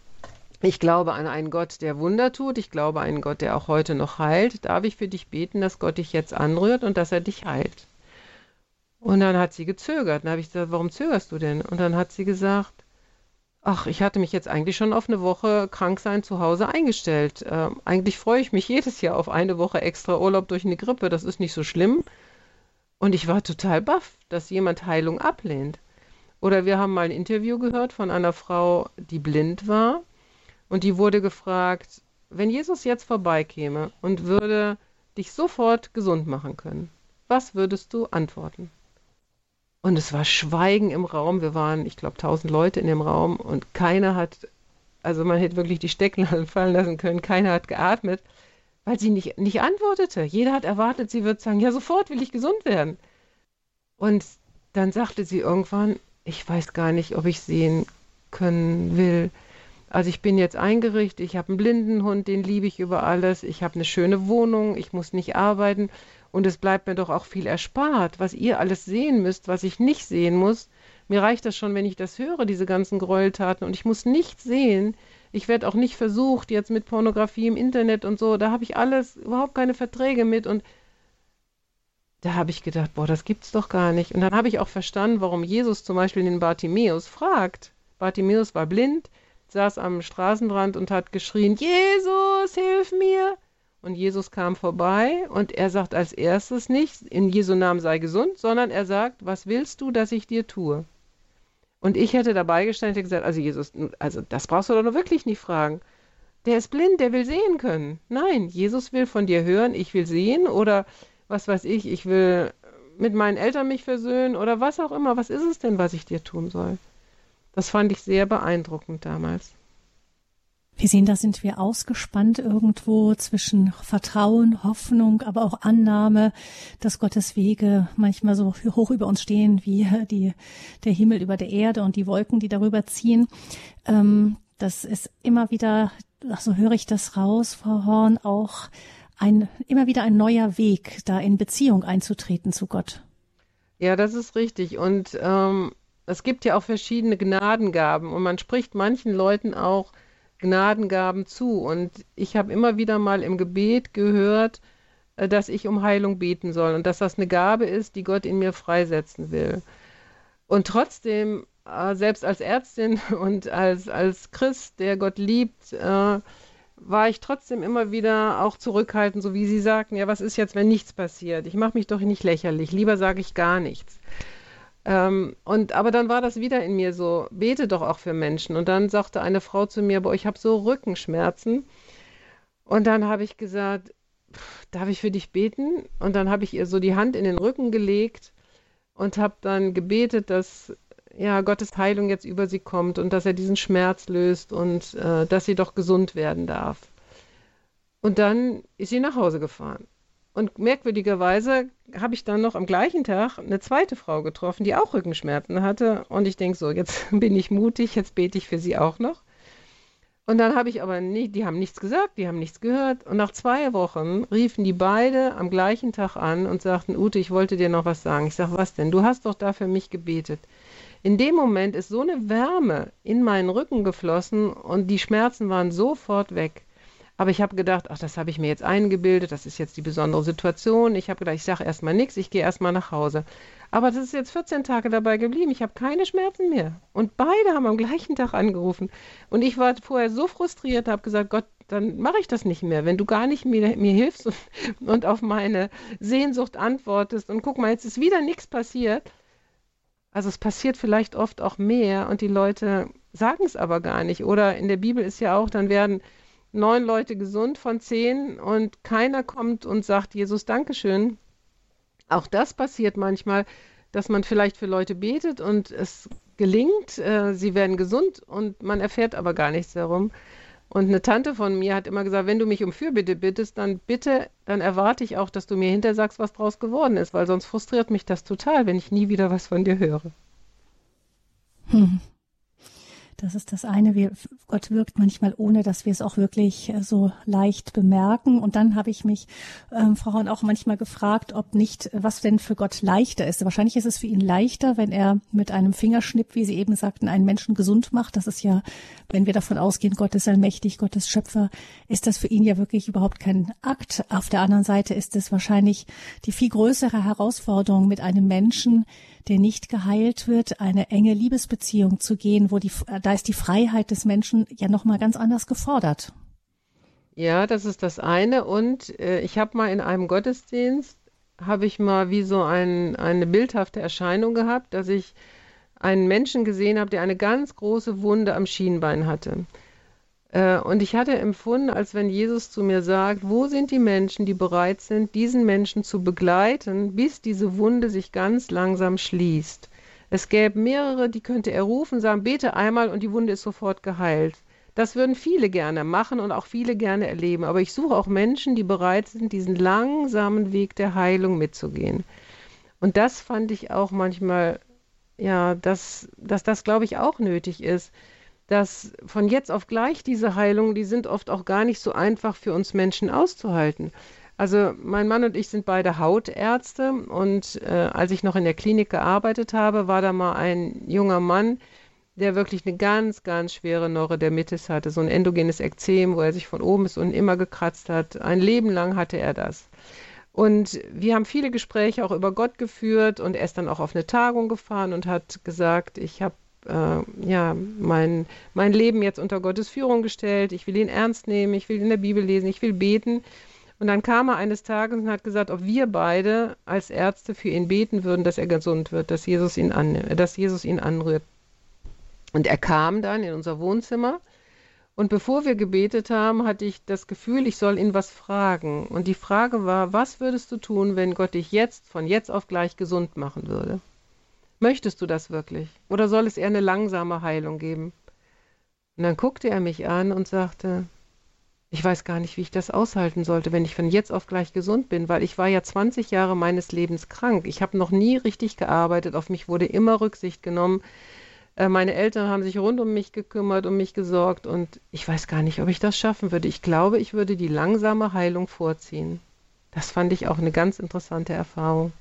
ich glaube an einen Gott, der Wunder tut. Ich glaube an einen Gott, der auch heute noch heilt. Darf ich für dich beten, dass Gott dich jetzt anrührt und dass er dich heilt? Und dann hat sie gezögert. Dann habe ich gesagt, warum zögerst du denn? Und dann hat sie gesagt, ach, ich hatte mich jetzt eigentlich schon auf eine Woche Kranksein zu Hause eingestellt. Eigentlich freue ich mich jedes Jahr auf eine Woche extra Urlaub durch eine Grippe. Das ist nicht so schlimm. Und ich war total baff, dass jemand Heilung ablehnt. Oder wir haben mal ein Interview gehört von einer Frau, die blind war und die wurde gefragt, wenn Jesus jetzt vorbeikäme und würde dich sofort gesund machen können, was würdest du antworten? Und es war Schweigen im Raum. Wir waren, ich glaube, 1000 Leute in dem Raum und keiner hat, also man hätte wirklich die Stecknadeln fallen lassen können, keiner hat geatmet, weil sie nicht antwortete. Jeder hat erwartet, sie wird sagen, ja, sofort will ich gesund werden. Und dann sagte sie irgendwann, ich weiß gar nicht, ob ich sehen können will. Also ich bin jetzt eingerichtet, ich habe einen Blindenhund, den liebe ich über alles, ich habe eine schöne Wohnung, ich muss nicht arbeiten und es bleibt mir doch auch viel erspart, was ihr alles sehen müsst, was ich nicht sehen muss. Mir reicht das schon, wenn ich das höre, diese ganzen Gräueltaten und ich muss nichts sehen. Ich werde auch nicht versucht, jetzt mit Pornografie im Internet und so, da habe ich alles, überhaupt keine Verträge mit und da habe ich gedacht, boah, das gibt's doch gar nicht. Und dann habe ich auch verstanden, warum Jesus zum Beispiel den Bartimäus fragt. Bartimäus war blind, saß am Straßenrand und hat geschrien, Jesus, hilf mir! Und Jesus kam vorbei und er sagt als erstes nicht, in Jesu Namen sei gesund, sondern er sagt, was willst du, dass ich dir tue? Und ich hätte dabei gestanden und hätte gesagt, also Jesus, also das brauchst du doch nur wirklich nicht fragen. Der ist blind, der will sehen können. Nein, Jesus will von dir hören, ich will sehen oder was weiß ich will mit meinen Eltern mich versöhnen oder was auch immer. Was ist es denn, was ich dir tun soll? Das fand ich sehr beeindruckend damals. Wir sehen, da sind wir ausgespannt irgendwo zwischen Vertrauen, Hoffnung, aber auch Annahme, dass Gottes Wege manchmal so hoch über uns stehen wie der Himmel über der Erde und die Wolken, die darüber ziehen. Das ist immer wieder, so höre ich das raus, Frau Horn, auch immer wieder ein neuer Weg, da in Beziehung einzutreten zu Gott. Ja, das ist richtig. Und es gibt ja auch verschiedene Gnadengaben und man spricht manchen Leuten auch Gnadengaben zu. Und ich habe immer wieder mal im Gebet gehört, dass ich um Heilung beten soll und dass das eine Gabe ist, die Gott in mir freisetzen will. Und trotzdem, selbst als Ärztin und als Christ, der Gott liebt, war ich trotzdem immer wieder auch zurückhaltend, so wie Sie sagten, ja, was ist jetzt, wenn nichts passiert? Ich mache mich doch nicht lächerlich, lieber sage ich gar nichts. Aber dann war das wieder in mir so, bete doch auch für Menschen. Und dann sagte eine Frau zu mir, boah, ich habe so Rückenschmerzen. Und dann habe ich gesagt, darf ich für dich beten? Und dann habe ich ihr so die Hand in den Rücken gelegt und habe dann gebetet, dass ja, Gottes Heilung jetzt über sie kommt und dass er diesen Schmerz löst und dass sie doch gesund werden darf. Und dann ist sie nach Hause gefahren. Und merkwürdigerweise habe ich dann noch am gleichen Tag eine zweite Frau getroffen, die auch Rückenschmerzen hatte. Und ich denke so, jetzt bin ich mutig, jetzt bete ich für sie auch noch. Und dann habe ich aber nicht, die haben nichts gesagt, die haben nichts gehört. Und nach 2 Wochen riefen die beide am gleichen Tag an und sagten, Ute, ich wollte dir noch was sagen. Ich sage, was denn? Du hast doch da für mich gebetet. In dem Moment ist so eine Wärme in meinen Rücken geflossen und die Schmerzen waren sofort weg. Aber ich habe gedacht, ach, das habe ich mir jetzt eingebildet, das ist jetzt die besondere Situation. Ich habe gedacht, ich sage erstmal nichts, ich gehe erstmal nach Hause. Aber das ist jetzt 14 Tage dabei geblieben, ich habe keine Schmerzen mehr. Und beide haben am gleichen Tag angerufen. Und ich war vorher so frustriert, habe gesagt, Gott, dann mache ich das nicht mehr, wenn du gar nicht mir hilfst und auf meine Sehnsucht antwortest. Und guck mal, jetzt ist wieder nichts passiert. Also es passiert vielleicht oft auch mehr und die Leute sagen es aber gar nicht. Oder in der Bibel ist ja auch, dann werden 9 Leute gesund von 10 und keiner kommt und sagt, Jesus, Dankeschön. Auch das passiert manchmal, dass man vielleicht für Leute betet und es gelingt, sie werden gesund und man erfährt aber gar nichts darum. Und eine Tante von mir hat immer gesagt, wenn du mich um Fürbitte bittest, dann erwarte ich auch, dass du mir hinterher sagst, was draus geworden ist, weil sonst frustriert mich das total, wenn ich nie wieder was von dir höre. Das ist das eine. Gott wirkt manchmal, ohne dass wir es auch wirklich so leicht bemerken. Und dann habe ich mich, Frau Horn, auch manchmal gefragt, ob nicht, was denn für Gott leichter ist. Wahrscheinlich ist es für ihn leichter, wenn er mit einem Fingerschnipp, wie Sie eben sagten, einen Menschen gesund macht. Das ist ja, wenn wir davon ausgehen, Gott ist allmächtig, Gott ist Schöpfer, ist das für ihn ja wirklich überhaupt kein Akt. Auf der anderen Seite ist es wahrscheinlich die viel größere Herausforderung, mit einem Menschen, der nicht geheilt wird, eine enge Liebesbeziehung zu gehen, da ist die Freiheit des Menschen ja nochmal ganz anders gefordert. Ja, das ist das eine. Und ich habe mal in einem Gottesdienst, habe ich mal wie so eine bildhafte Erscheinung gehabt, dass ich einen Menschen gesehen habe, der eine ganz große Wunde am Schienbein hatte. Und ich hatte empfunden, als wenn Jesus zu mir sagt, wo sind die Menschen, die bereit sind, diesen Menschen zu begleiten, bis diese Wunde sich ganz langsam schließt. Es gäbe mehrere, die könnte er rufen, sagen, bete einmal und die Wunde ist sofort geheilt. Das würden viele gerne machen und auch viele gerne erleben. Aber ich suche auch Menschen, die bereit sind, diesen langsamen Weg der Heilung mitzugehen. Und das fand ich auch manchmal, ja, dass das, glaube ich, auch nötig ist. Dass von jetzt auf gleich diese Heilungen, die sind oft auch gar nicht so einfach für uns Menschen auszuhalten. Also mein Mann und ich sind beide Hautärzte und als ich noch in der Klinik gearbeitet habe, war da mal ein junger Mann, der wirklich eine ganz, ganz schwere Neurodermitis hatte, so ein endogenes Ekzem, wo er sich von oben bis unten immer gekratzt hat. Ein Leben lang hatte er das. Und wir haben viele Gespräche auch über Gott geführt und er ist dann auch auf eine Tagung gefahren und hat gesagt, ich habe mein Leben jetzt unter Gottes Führung gestellt, ich will ihn ernst nehmen, ich will in der Bibel lesen, ich will beten. Und dann kam er eines Tages und hat gesagt, ob wir beide als Ärzte für ihn beten würden, dass er gesund wird, dass Jesus ihn anrührt. Und er kam dann in unser Wohnzimmer und bevor wir gebetet haben, hatte ich das Gefühl, ich soll ihn was fragen. Und die Frage war, was würdest du tun, wenn Gott dich von jetzt auf gleich gesund machen würde? Möchtest du das wirklich? Oder soll es eher eine langsame Heilung geben? Und dann guckte er mich an und sagte, ich weiß gar nicht, wie ich das aushalten sollte, wenn ich von jetzt auf gleich gesund bin, weil ich war ja 20 Jahre meines Lebens krank. Ich habe noch nie richtig gearbeitet, auf mich wurde immer Rücksicht genommen. Meine Eltern haben sich rund um mich gekümmert, um mich gesorgt und ich weiß gar nicht, ob ich das schaffen würde. Ich glaube, ich würde die langsame Heilung vorziehen. Das fand ich auch eine ganz interessante Erfahrung.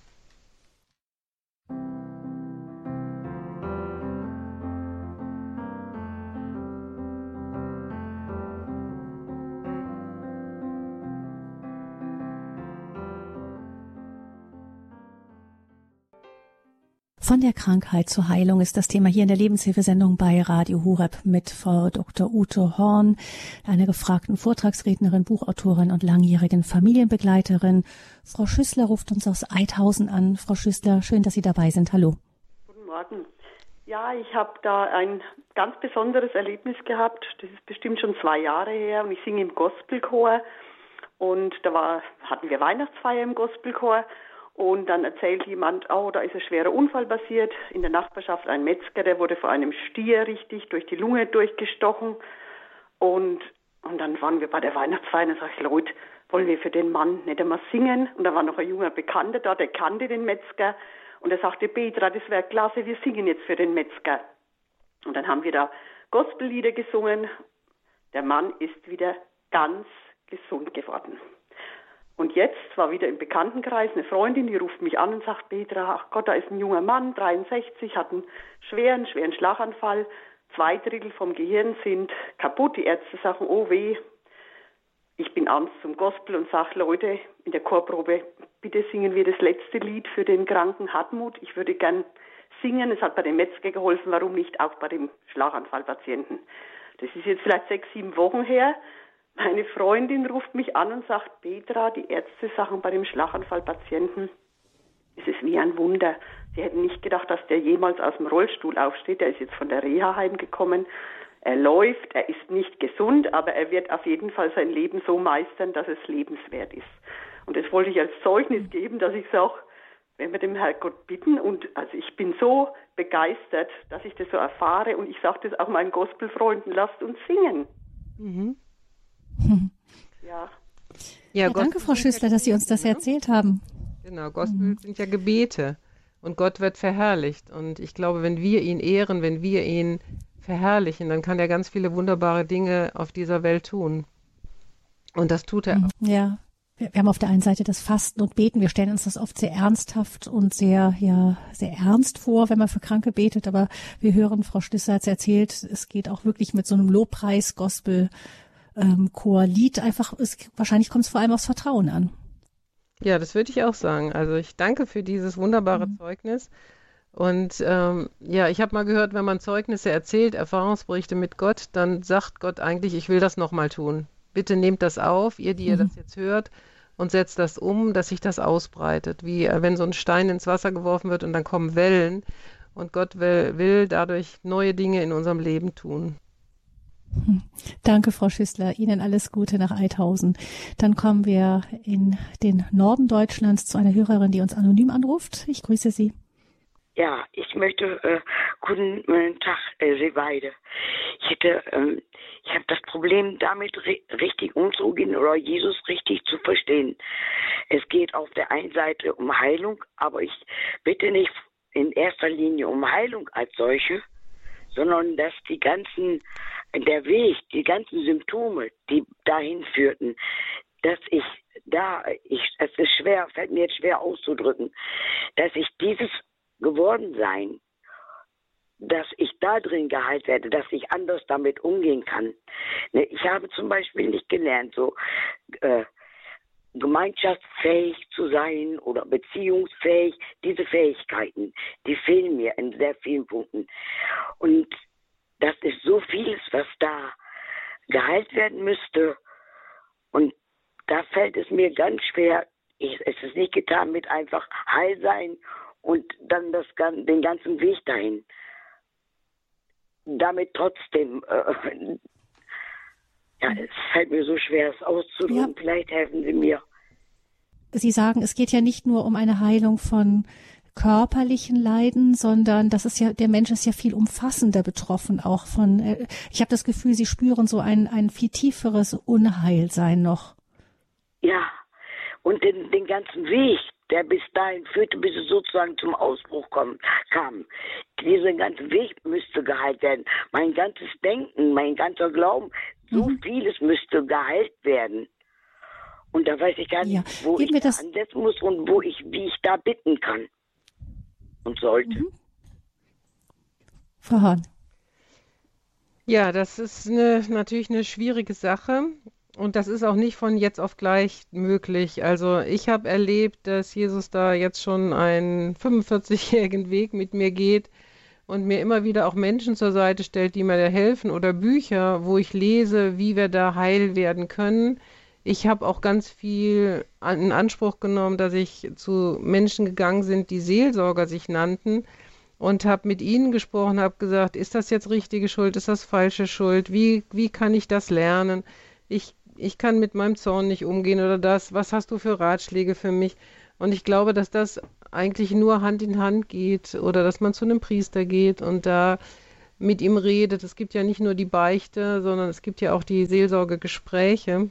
Von der Krankheit zur Heilung ist das Thema hier in der Lebenshilfesendung bei Radio Horeb mit Frau Dr. Ute Horn, einer gefragten Vortragsrednerin, Buchautorin und langjährigen Familienbegleiterin. Frau Schüssler ruft uns aus Eidhausen an. Frau Schüssler, schön, dass Sie dabei sind. Hallo. Guten Morgen. Ja, ich habe da ein ganz besonderes Erlebnis gehabt. Das ist bestimmt schon 2 Jahre her und ich singe im Gospelchor und hatten wir Weihnachtsfeier im Gospelchor. Und dann erzählt jemand, da ist ein schwerer Unfall passiert. In der Nachbarschaft ein Metzger, der wurde von einem Stier richtig durch die Lunge durchgestochen. Und dann waren wir bei der Weihnachtsfeier und sage ich, Leute, wollen wir für den Mann nicht einmal singen? Und da war noch ein junger Bekannter da, der kannte den Metzger. Und er sagte, Petra, das wäre klasse, wir singen jetzt für den Metzger. Und dann haben wir da Gospellieder gesungen. Der Mann ist wieder ganz gesund geworden. Und jetzt war wieder im Bekanntenkreis eine Freundin, die ruft mich an und sagt, Petra, ach Gott, da ist ein junger Mann, 63, hat einen schweren Schlaganfall. 2/3 vom Gehirn sind kaputt. Die Ärzte sagen, oh weh. Ich bin abends zum Gospel und sage, Leute, in der Chorprobe, bitte singen wir das letzte Lied für den kranken Hartmut. Ich würde gern singen. Es hat bei dem Metzger geholfen, warum nicht auch bei dem Schlaganfallpatienten. Das ist jetzt vielleicht 6, 7 Wochen her. Meine Freundin ruft mich an und sagt, Petra, die Ärzte sagen bei dem Schlaganfallpatienten, es ist wie ein Wunder. Sie hätten nicht gedacht, dass der jemals aus dem Rollstuhl aufsteht. Der ist jetzt von der Reha heimgekommen. Er läuft, er ist nicht gesund, aber er wird auf jeden Fall sein Leben so meistern, dass es lebenswert ist. Und das wollte ich als Zeugnis geben, dass ich sage, wenn wir dem Herrgott bitten, und also ich bin so begeistert, dass ich das so erfahre und ich sage das auch meinen Gospelfreunden, lasst uns singen. Mhm. Ja, danke, Frau Schüssler, dass Sie uns das erzählt haben. Genau, Gospel sind ja Gebete und Gott wird verherrlicht. Und ich glaube, wenn wir ihn ehren, wenn wir ihn verherrlichen, dann kann er ganz viele wunderbare Dinge auf dieser Welt tun. Und das tut er auch. Ja, wir haben auf der einen Seite das Fasten und Beten. Wir stellen uns das oft sehr ernsthaft und sehr ernst vor, wenn man für Kranke betet. Aber wir hören, Frau Schüssler hat es erzählt, es geht auch wirklich mit so einem Lobpreis-Gospel Chorlied einfach, wahrscheinlich kommt es vor allem aufs Vertrauen an. Ja, das würde ich auch sagen. Also ich danke für dieses wunderbare Zeugnis. Und ich habe mal gehört, wenn man Zeugnisse erzählt, Erfahrungsberichte mit Gott, dann sagt Gott eigentlich, ich will das nochmal tun. Bitte nehmt das auf, ihr, die ihr das jetzt hört, und setzt das um, dass sich das ausbreitet. Wie wenn so ein Stein ins Wasser geworfen wird und dann kommen Wellen. Und Gott will dadurch neue Dinge in unserem Leben tun. Danke, Frau Schüssler. Ihnen alles Gute nach Eidhausen. Dann kommen wir in den Norden Deutschlands zu einer Hörerin, die uns anonym anruft. Ich grüße Sie. Ja, ich möchte, guten Tag, Seeweide. Ich habe das Problem, damit richtig umzugehen oder Jesus richtig zu verstehen. Es geht auf der einen Seite um Heilung, aber ich bitte nicht in erster Linie um Heilung als solche, sondern dass die ganzen Symptome, die dahin führten, es ist schwer, fällt mir jetzt schwer auszudrücken, dass ich dieses Gewordensein, dass ich da drin geheilt werde, dass ich anders damit umgehen kann. Ich habe zum Beispiel nicht gelernt, so gemeinschaftsfähig zu sein oder beziehungsfähig. Diese Fähigkeiten, die fehlen mir in sehr vielen Punkten. Und das ist so vieles, was da geheilt werden müsste. Und da fällt es mir ganz schwer. Es ist nicht getan mit einfach heil sein und dann den ganzen Weg dahin. Damit trotzdem, es fällt mir so schwer, es auszudrücken. Ja. Vielleicht helfen Sie mir. Sie sagen, es geht ja nicht nur um eine Heilung von körperlichen Leiden, sondern der Mensch ist ja viel umfassender betroffen, auch von, ich habe das Gefühl, Sie spüren so ein viel tieferes Unheilsein noch. Ja, und den ganzen Weg, der bis dahin führte, bis es sozusagen zum Ausbruch kam. Dieser ganze Weg müsste geheilt werden. Mein ganzes Denken, mein ganzer Glauben, so vieles müsste geheilt werden. Und da weiß ich gar nicht, wo ich da ansetzen muss und wie ich da bitten kann und sollte. Frau Hahn. Ja, das ist natürlich eine schwierige Sache. Und das ist auch nicht von jetzt auf gleich möglich. Also ich habe erlebt, dass Jesus da jetzt schon einen 45-jährigen Weg mit mir geht und mir immer wieder auch Menschen zur Seite stellt, die mir da helfen oder Bücher, wo ich lese, wie wir da heil werden können. Ich habe auch ganz viel in Anspruch genommen, dass ich zu Menschen gegangen bin, die Seelsorger sich nannten und habe mit ihnen gesprochen, habe gesagt, ist das jetzt richtige Schuld, ist das falsche Schuld, wie kann ich das lernen? Ich kann mit meinem Zorn nicht umgehen oder das, was hast du für Ratschläge für mich? Und ich glaube, dass das eigentlich nur Hand in Hand geht oder dass man zu einem Priester geht und da mit ihm redet. Es gibt ja nicht nur die Beichte, sondern es gibt ja auch die Seelsorgegespräche.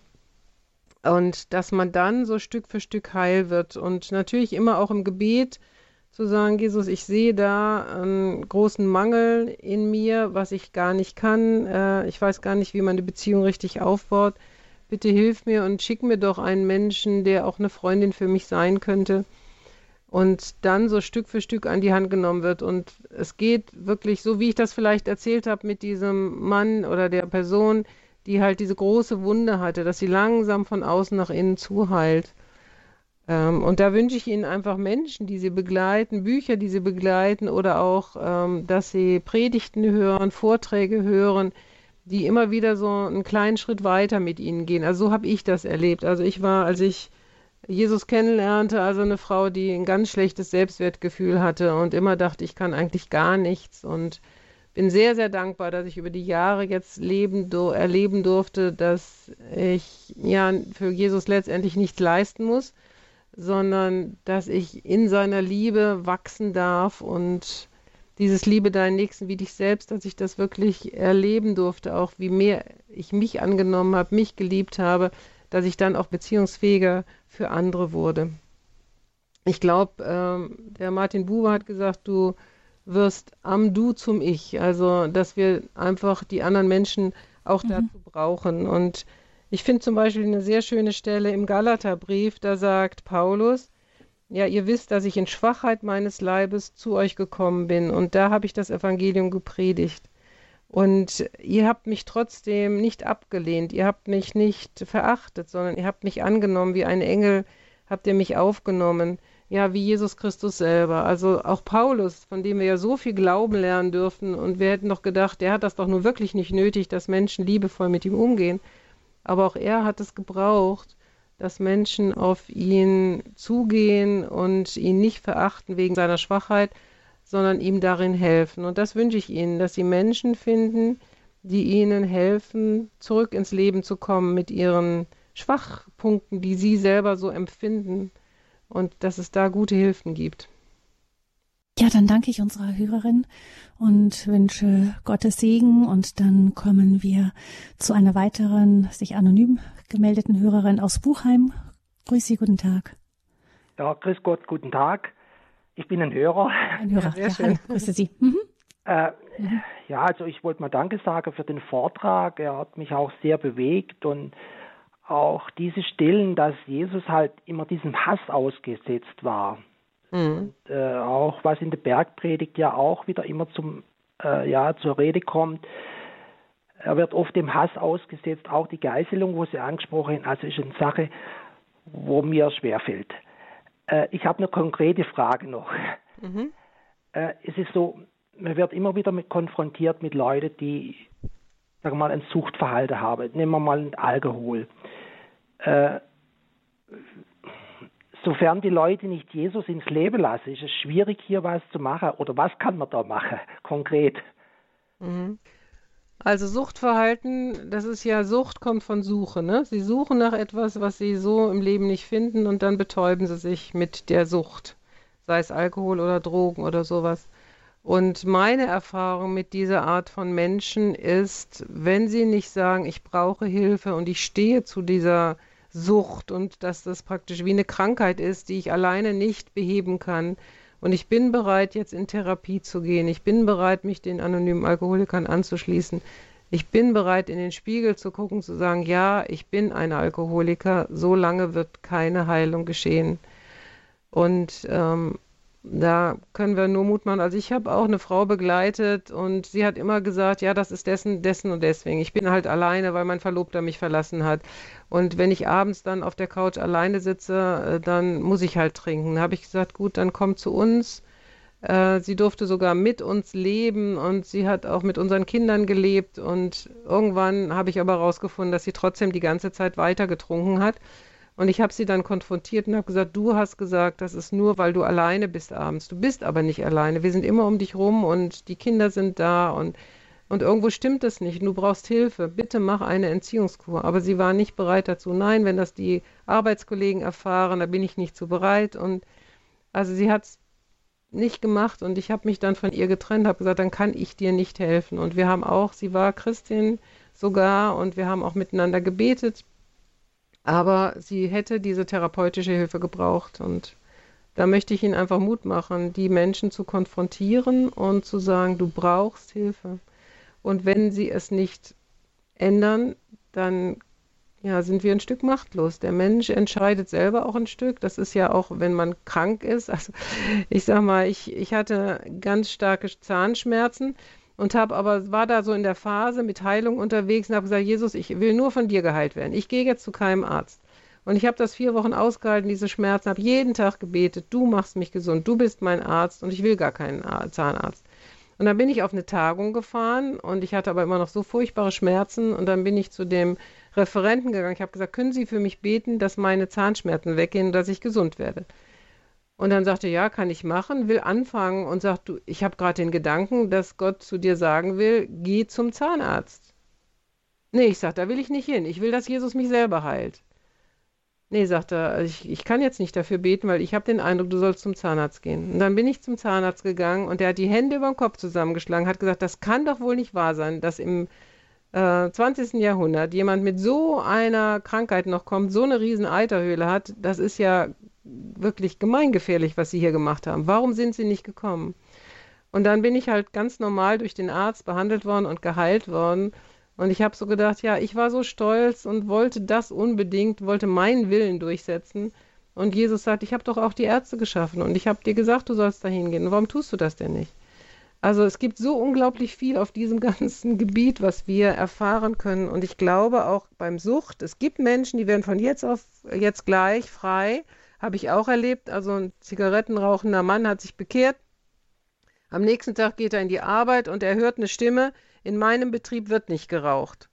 Und dass man dann so Stück für Stück heil wird und natürlich immer auch im Gebet zu sagen, Jesus, ich sehe da einen großen Mangel in mir, was ich gar nicht kann. Ich weiß gar nicht, wie man eine Beziehung richtig aufbaut. Bitte hilf mir und schick mir doch einen Menschen, der auch eine Freundin für mich sein könnte. Und dann so Stück für Stück an die Hand genommen wird. Und es geht wirklich so, wie ich das vielleicht erzählt habe mit diesem Mann oder der Person, die halt diese große Wunde hatte, dass sie langsam von außen nach innen zuheilt. Und da wünsche ich Ihnen einfach Menschen, die Sie begleiten, Bücher, die Sie begleiten oder auch, dass Sie Predigten hören, Vorträge hören, die immer wieder so einen kleinen Schritt weiter mit Ihnen gehen. Also so habe ich das erlebt. Also ich war, als ich Jesus kennenlernte, also eine Frau, die ein ganz schlechtes Selbstwertgefühl hatte und immer dachte, ich kann eigentlich gar nichts und bin sehr, sehr dankbar, dass ich über die Jahre jetzt erleben durfte, dass ich ja für Jesus letztendlich nichts leisten muss, sondern dass ich in seiner Liebe wachsen darf und dieses Liebe deinen Nächsten wie dich selbst, dass ich das wirklich erleben durfte, auch wie mehr ich mich angenommen habe, mich geliebt habe, dass ich dann auch beziehungsfähiger für andere wurde. Ich glaube, der Martin Buber hat gesagt, du wirst am Du zum Ich, also dass wir einfach die anderen Menschen auch dazu brauchen. Und ich finde zum Beispiel eine sehr schöne Stelle im Galaterbrief, da sagt Paulus, ja, ihr wisst, dass ich in Schwachheit meines Leibes zu euch gekommen bin und da habe ich das Evangelium gepredigt. Und ihr habt mich trotzdem nicht abgelehnt, ihr habt mich nicht verachtet, sondern ihr habt mich angenommen wie ein Engel, habt ihr mich aufgenommen, ja, wie Jesus Christus selber. Also auch Paulus, von dem wir ja so viel Glauben lernen dürfen und wir hätten doch gedacht, der hat das doch nur wirklich nicht nötig, dass Menschen liebevoll mit ihm umgehen. Aber auch er hat es gebraucht, dass Menschen auf ihn zugehen und ihn nicht verachten wegen seiner Schwachheit, sondern ihm darin helfen. Und das wünsche ich Ihnen, dass Sie Menschen finden, die Ihnen helfen, zurück ins Leben zu kommen mit ihren Schwachpunkten, die Sie selber so empfinden, und dass es da gute Hilfen gibt. Ja, dann danke ich unserer Hörerin und wünsche Gottes Segen, und dann kommen wir zu einer weiteren, sich anonym gemeldeten Hörerin aus Buchheim. Grüß Sie, guten Tag. Ja, grüß Gott, guten Tag. Ich bin ein Hörer. Ein Hörer, ja, schön. Hallo, grüße Sie. Mhm. Ja, also ich wollte mal Danke sagen für den Vortrag. Er hat mich auch sehr bewegt, und auch diese Stellen, dass Jesus halt immer diesem Hass ausgesetzt war. Und auch was in der Bergpredigt ja auch wieder immer zur Rede kommt. Er wird oft dem Hass ausgesetzt, auch die Geißelung, wo Sie angesprochen haben, also ist eine Sache, wo mir schwerfällt. Ich habe eine konkrete Frage noch. Es ist so, man wird immer wieder konfrontiert mit Leuten, die, sagen wir mal, ein Suchtverhalten haben. Nehmen wir mal Alkohol. Sofern die Leute nicht Jesus ins Leben lassen, ist es schwierig, hier was zu machen. Oder was kann man da machen, konkret? Also Suchtverhalten, das ist ja, Sucht kommt von Suche, ne? Sie suchen nach etwas, was sie so im Leben nicht finden, und dann betäuben sie sich mit der Sucht, sei es Alkohol oder Drogen oder sowas. Und meine Erfahrung mit dieser Art von Menschen ist, wenn sie nicht sagen, ich brauche Hilfe und ich stehe zu dieser Sucht und dass das praktisch wie eine Krankheit ist, die ich alleine nicht beheben kann, und ich bin bereit, jetzt in Therapie zu gehen, ich bin bereit, mich den anonymen Alkoholikern anzuschließen, ich bin bereit, in den Spiegel zu gucken, zu sagen, ja, ich bin ein Alkoholiker, so lange wird keine Heilung geschehen. Und da können wir nur Mut machen. Also ich habe auch eine Frau begleitet, und sie hat immer gesagt, ja, das ist dessen und deswegen. Ich bin halt alleine, weil mein Verlobter mich verlassen hat. Und wenn ich abends dann auf der Couch alleine sitze, dann muss ich halt trinken. Da habe ich gesagt, gut, dann komm zu uns. Sie durfte sogar mit uns leben, und sie hat auch mit unseren Kindern gelebt. Und irgendwann habe ich aber herausgefunden, dass sie trotzdem die ganze Zeit weiter getrunken hat. Und ich habe sie dann konfrontiert und habe gesagt, du hast gesagt, das ist nur, weil du alleine bist abends. Du bist aber nicht alleine. Wir sind immer um dich rum, und die Kinder sind da, und irgendwo stimmt es nicht. Du brauchst Hilfe. Bitte mach eine Entziehungskur. Aber sie war nicht bereit dazu. Nein, wenn das die Arbeitskollegen erfahren, da bin ich nicht so bereit. Und also sie hat es nicht gemacht, und ich habe mich dann von ihr getrennt, habe gesagt, dann kann ich dir nicht helfen. Und wir haben auch, sie war Christin sogar, und wir haben auch miteinander gebetet. Aber sie hätte diese therapeutische Hilfe gebraucht, und da möchte ich Ihnen einfach Mut machen, die Menschen zu konfrontieren und zu sagen, du brauchst Hilfe. Und wenn sie es nicht ändern, dann sind wir ein Stück machtlos. Der Mensch entscheidet selber auch ein Stück. Das ist ja auch, wenn man krank ist. Also ich sag mal, ich hatte ganz starke Zahnschmerzen und war da so in der Phase mit Heilung unterwegs und habe gesagt, Jesus, ich will nur von dir geheilt werden. Ich gehe jetzt zu keinem Arzt. Und ich habe das 4 Wochen ausgehalten, diese Schmerzen, habe jeden Tag gebetet, du machst mich gesund, du bist mein Arzt, und ich will gar keinen Zahnarzt. Und dann bin ich auf eine Tagung gefahren, und ich hatte aber immer noch so furchtbare Schmerzen, und dann bin ich zu dem Referenten gegangen. Ich habe gesagt, können Sie für mich beten, dass meine Zahnschmerzen weggehen und dass ich gesund werde? Und dann sagte er, ja, kann ich machen, will anfangen und sagt, du, ich habe gerade den Gedanken, dass Gott zu dir sagen will, geh zum Zahnarzt. Nee, ich sage, da will ich nicht hin. Ich will, dass Jesus mich selber heilt. Nee, sagt er, ich kann jetzt nicht dafür beten, weil ich habe den Eindruck, du sollst zum Zahnarzt gehen. Und dann bin ich zum Zahnarzt gegangen, und der hat die Hände über den Kopf zusammengeschlagen, hat gesagt, das kann doch wohl nicht wahr sein, dass im 20. Jahrhundert jemand mit so einer Krankheit noch kommt, so eine riesen Eiterhöhle hat. Das ist ja wirklich gemeingefährlich, was Sie hier gemacht haben. Warum sind Sie nicht gekommen? Und dann bin ich halt ganz normal durch den Arzt behandelt worden und geheilt worden. Und ich habe so gedacht, ja, ich war so stolz und wollte das unbedingt, wollte meinen Willen durchsetzen. Und Jesus sagt, ich habe doch auch die Ärzte geschaffen, und ich habe dir gesagt, du sollst da hingehen. Und warum tust du das denn nicht? Also es gibt so unglaublich viel auf diesem ganzen Gebiet, was wir erfahren können. Und ich glaube auch beim Sucht, es gibt Menschen, die werden von jetzt auf jetzt gleich frei. Habe ich auch erlebt. Also ein zigarettenrauchender Mann hat sich bekehrt. Am nächsten Tag geht er in die Arbeit, und er hört eine Stimme, in meinem Betrieb wird nicht geraucht.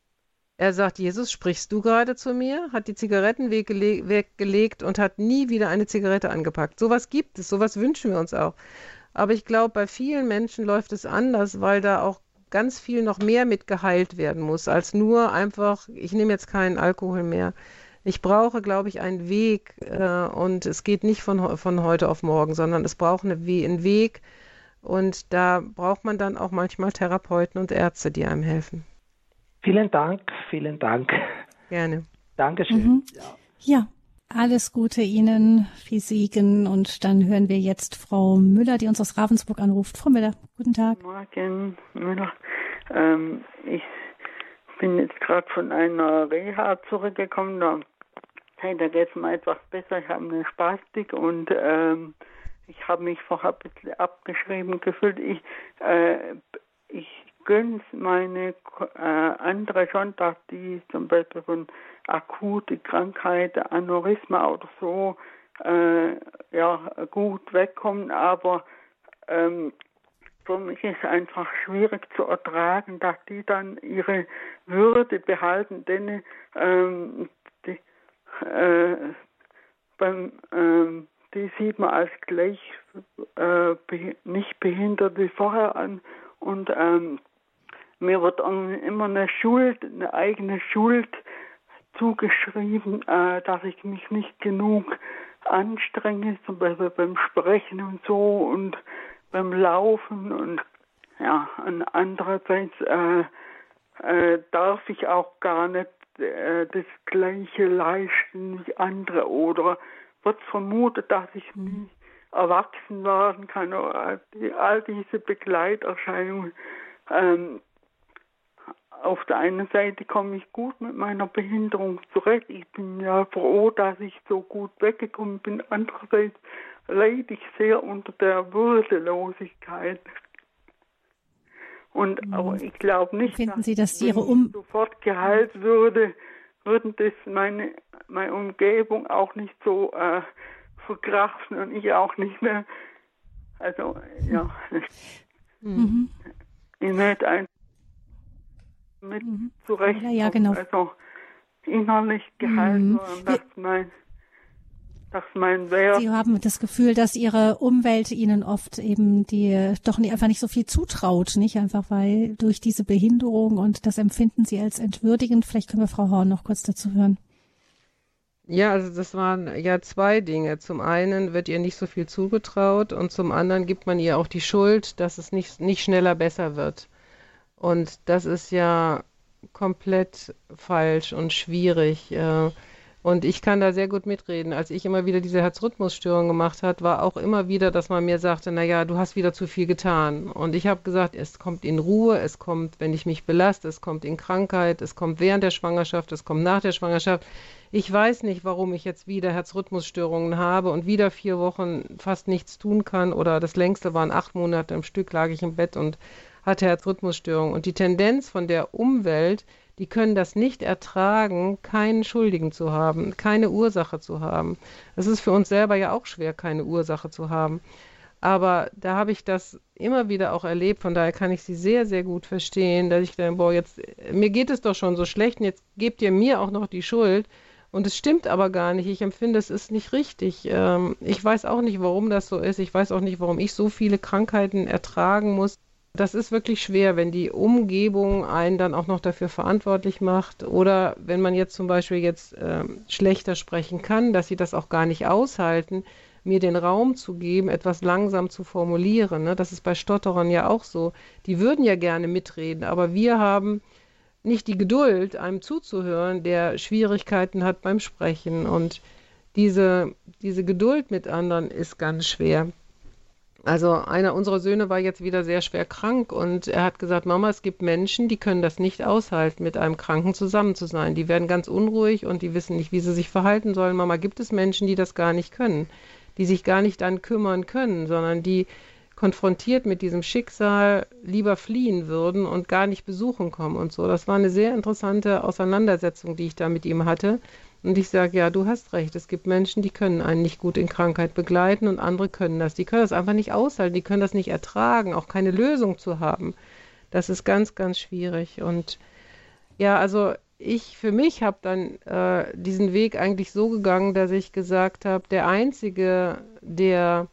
Er sagt, Jesus, sprichst du gerade zu mir? Hat die Zigaretten weggelegt und hat nie wieder eine Zigarette angepackt. Sowas gibt es, sowas wünschen wir uns auch. Aber ich glaube, bei vielen Menschen läuft es anders, weil da auch ganz viel noch mehr mit geheilt werden muss, als nur einfach, ich nehme jetzt keinen Alkohol mehr. Ich brauche, glaube ich, einen Weg und es geht nicht von heute auf morgen, sondern es braucht einen Weg und da braucht man dann auch manchmal Therapeuten und Ärzte, die einem helfen. Vielen Dank, vielen Dank. Gerne. Dankeschön. Ja, alles Gute Ihnen, viel Segen und dann hören wir jetzt Frau Müller, die uns aus Ravensburg anruft. Frau Müller, guten Tag. Morgen, Müller. Ich bin jetzt gerade von einer Reha zurückgekommen. Da geht es mir etwas besser. Ich habe eine Spastik und ich habe mich vorher ein bisschen abgeschrieben gefühlt. Ich gönne meine andere schon, dass die zum Beispiel von akute Krankheiten, Aneurysma oder so gut wegkommen, aber für mich ist einfach schwierig zu ertragen, dass die dann ihre Würde behalten, denn die sieht man als gleich nicht behindert wie vorher an und mir wird immer eine eigene Schuld zugeschrieben, dass ich mich nicht genug anstrenge, zum Beispiel beim Sprechen und so und beim Laufen und und andererseits darf ich auch gar nicht das Gleiche leisten wie andere oder wird vermutet, dass ich nie erwachsen werden kann oder all diese Begleiterscheinungen. Auf der einen Seite komme ich gut mit meiner Behinderung zurecht. Ich bin ja froh, dass ich so gut weggekommen bin. Andererseits leide ich sehr unter der Würdelosigkeit. Aber ich glaube nicht, Finden Sie, dass wenn Ihre ich sofort geheilt würden das meine Umgebung auch nicht so verkraften und ich auch nicht mehr. Also, ich möchte einfach mit zurecht. Ja, genau. Also innerlich geheilt werden, dass mein Wert. Sie haben das Gefühl, dass Ihre Umwelt Ihnen oft eben einfach nicht so viel zutraut, nicht? Einfach weil durch diese Behinderung und das empfinden Sie als entwürdigend. Vielleicht können wir Frau Horn noch kurz dazu hören. Ja, also das waren ja zwei Dinge. Zum einen wird ihr nicht so viel zugetraut und zum anderen gibt man ihr auch die Schuld, dass es nicht schneller besser wird. Und das ist ja komplett falsch und schwierig. Und ich kann da sehr gut mitreden. Als ich immer wieder diese Herzrhythmusstörung gemacht habe, war auch immer wieder, dass man mir sagte, naja, du hast wieder zu viel getan. Und ich habe gesagt, es kommt in Ruhe, es kommt, wenn ich mich belaste, es kommt in Krankheit, es kommt während der Schwangerschaft, es kommt nach der Schwangerschaft. Ich weiß nicht, warum ich jetzt wieder Herzrhythmusstörungen habe und wieder 4 Wochen fast nichts tun kann. Oder das längste waren 8 Monate am Stück, lag ich im Bett und hatte Herzrhythmusstörungen. Und die Tendenz von der Umwelt, die können das nicht ertragen, keinen Schuldigen zu haben, keine Ursache zu haben. Es ist für uns selber ja auch schwer, keine Ursache zu haben. Aber da habe ich das immer wieder auch erlebt, von daher kann ich Sie sehr, sehr gut verstehen, dass ich denke, mir geht es doch schon so schlecht und jetzt gebt ihr mir auch noch die Schuld. Und es stimmt aber gar nicht. Ich empfinde, es ist nicht richtig. Ich weiß auch nicht, warum das so ist. Ich weiß auch nicht, warum ich so viele Krankheiten ertragen muss. Das ist wirklich schwer, wenn die Umgebung einen dann auch noch dafür verantwortlich macht oder wenn man jetzt zum Beispiel schlechter sprechen kann, dass sie das auch gar nicht aushalten, mir den Raum zu geben, etwas langsam zu formulieren. Ne? Das ist bei Stotterern ja auch so. Die würden ja gerne mitreden, aber wir haben nicht die Geduld, einem zuzuhören, der Schwierigkeiten hat beim Sprechen. Und diese Geduld mit anderen ist ganz schwer. Also einer unserer Söhne war jetzt wieder sehr schwer krank und er hat gesagt, Mama, es gibt Menschen, die können das nicht aushalten, mit einem Kranken zusammen zu sein. Die werden ganz unruhig und die wissen nicht, wie sie sich verhalten sollen. Mama, gibt es Menschen, die das gar nicht können, die sich gar nicht dann kümmern können, sondern die konfrontiert mit diesem Schicksal lieber fliehen würden und gar nicht besuchen kommen und so. Das war eine sehr interessante Auseinandersetzung, die ich da mit ihm hatte. Und ich sage, ja, du hast recht, es gibt Menschen, die können einen nicht gut in Krankheit begleiten und andere können das. Die können das einfach nicht aushalten, die können das nicht ertragen, auch keine Lösung zu haben. Das ist ganz, ganz schwierig. Und ja, also ich für mich habe dann diesen Weg eigentlich so gegangen, dass ich gesagt habe, der Einzige, der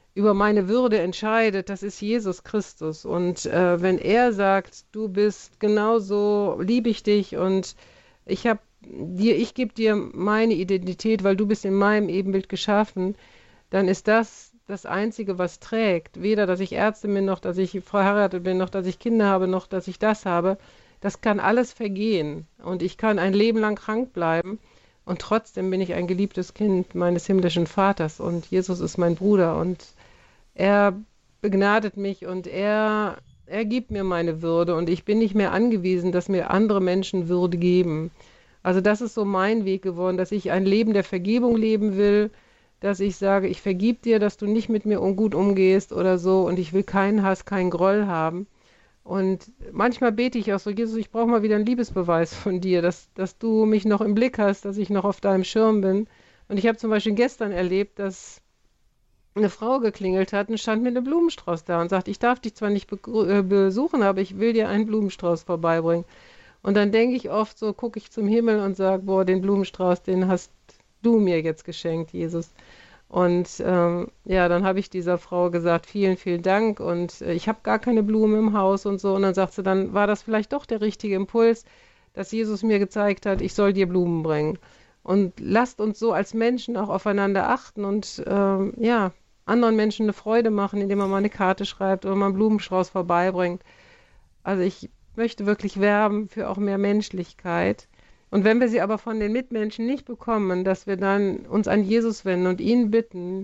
über meine Würde entscheidet, das ist Jesus Christus. Und wenn er sagt, du bist genauso, liebe ich dich und ich gebe dir meine Identität, weil du bist in meinem Ebenbild geschaffen, dann ist das das Einzige, was trägt. Weder, dass ich Ärztin bin, noch, dass ich verheiratet bin, noch, dass ich Kinder habe, noch, dass ich das habe. Das kann alles vergehen. Und ich kann ein Leben lang krank bleiben. Und trotzdem bin ich ein geliebtes Kind meines himmlischen Vaters. Und Jesus ist mein Bruder. Und er begnadet mich und er gibt mir meine Würde. Und ich bin nicht mehr angewiesen, dass mir andere Menschen Würde geben. Also das ist so mein Weg geworden, dass ich ein Leben der Vergebung leben will, dass ich sage, ich vergib dir, dass du nicht mit mir gut umgehst oder so und ich will keinen Hass, keinen Groll haben. Und manchmal bete ich auch so, Jesus, ich brauche mal wieder einen Liebesbeweis von dir, dass du mich noch im Blick hast, dass ich noch auf deinem Schirm bin. Und ich habe zum Beispiel gestern erlebt, dass eine Frau geklingelt hat und stand mit einem Blumenstrauß da und sagt, ich darf dich zwar nicht besuchen, aber ich will dir einen Blumenstrauß vorbeibringen. Und dann denke ich oft so, gucke ich zum Himmel und sage, boah, den Blumenstrauß, den hast du mir jetzt geschenkt, Jesus. Und ja, dann habe ich dieser Frau gesagt, vielen, vielen Dank und ich habe gar keine Blumen im Haus und so. Und dann sagt sie, dann war das vielleicht doch der richtige Impuls, dass Jesus mir gezeigt hat, ich soll dir Blumen bringen. Und lasst uns so als Menschen auch aufeinander achten und ja, anderen Menschen eine Freude machen, indem man mal eine Karte schreibt oder mal einen Blumenstrauß vorbeibringt. Also ich möchte wirklich werben für auch mehr Menschlichkeit. Und wenn wir sie aber von den Mitmenschen nicht bekommen, dass wir dann uns an Jesus wenden und ihn bitten,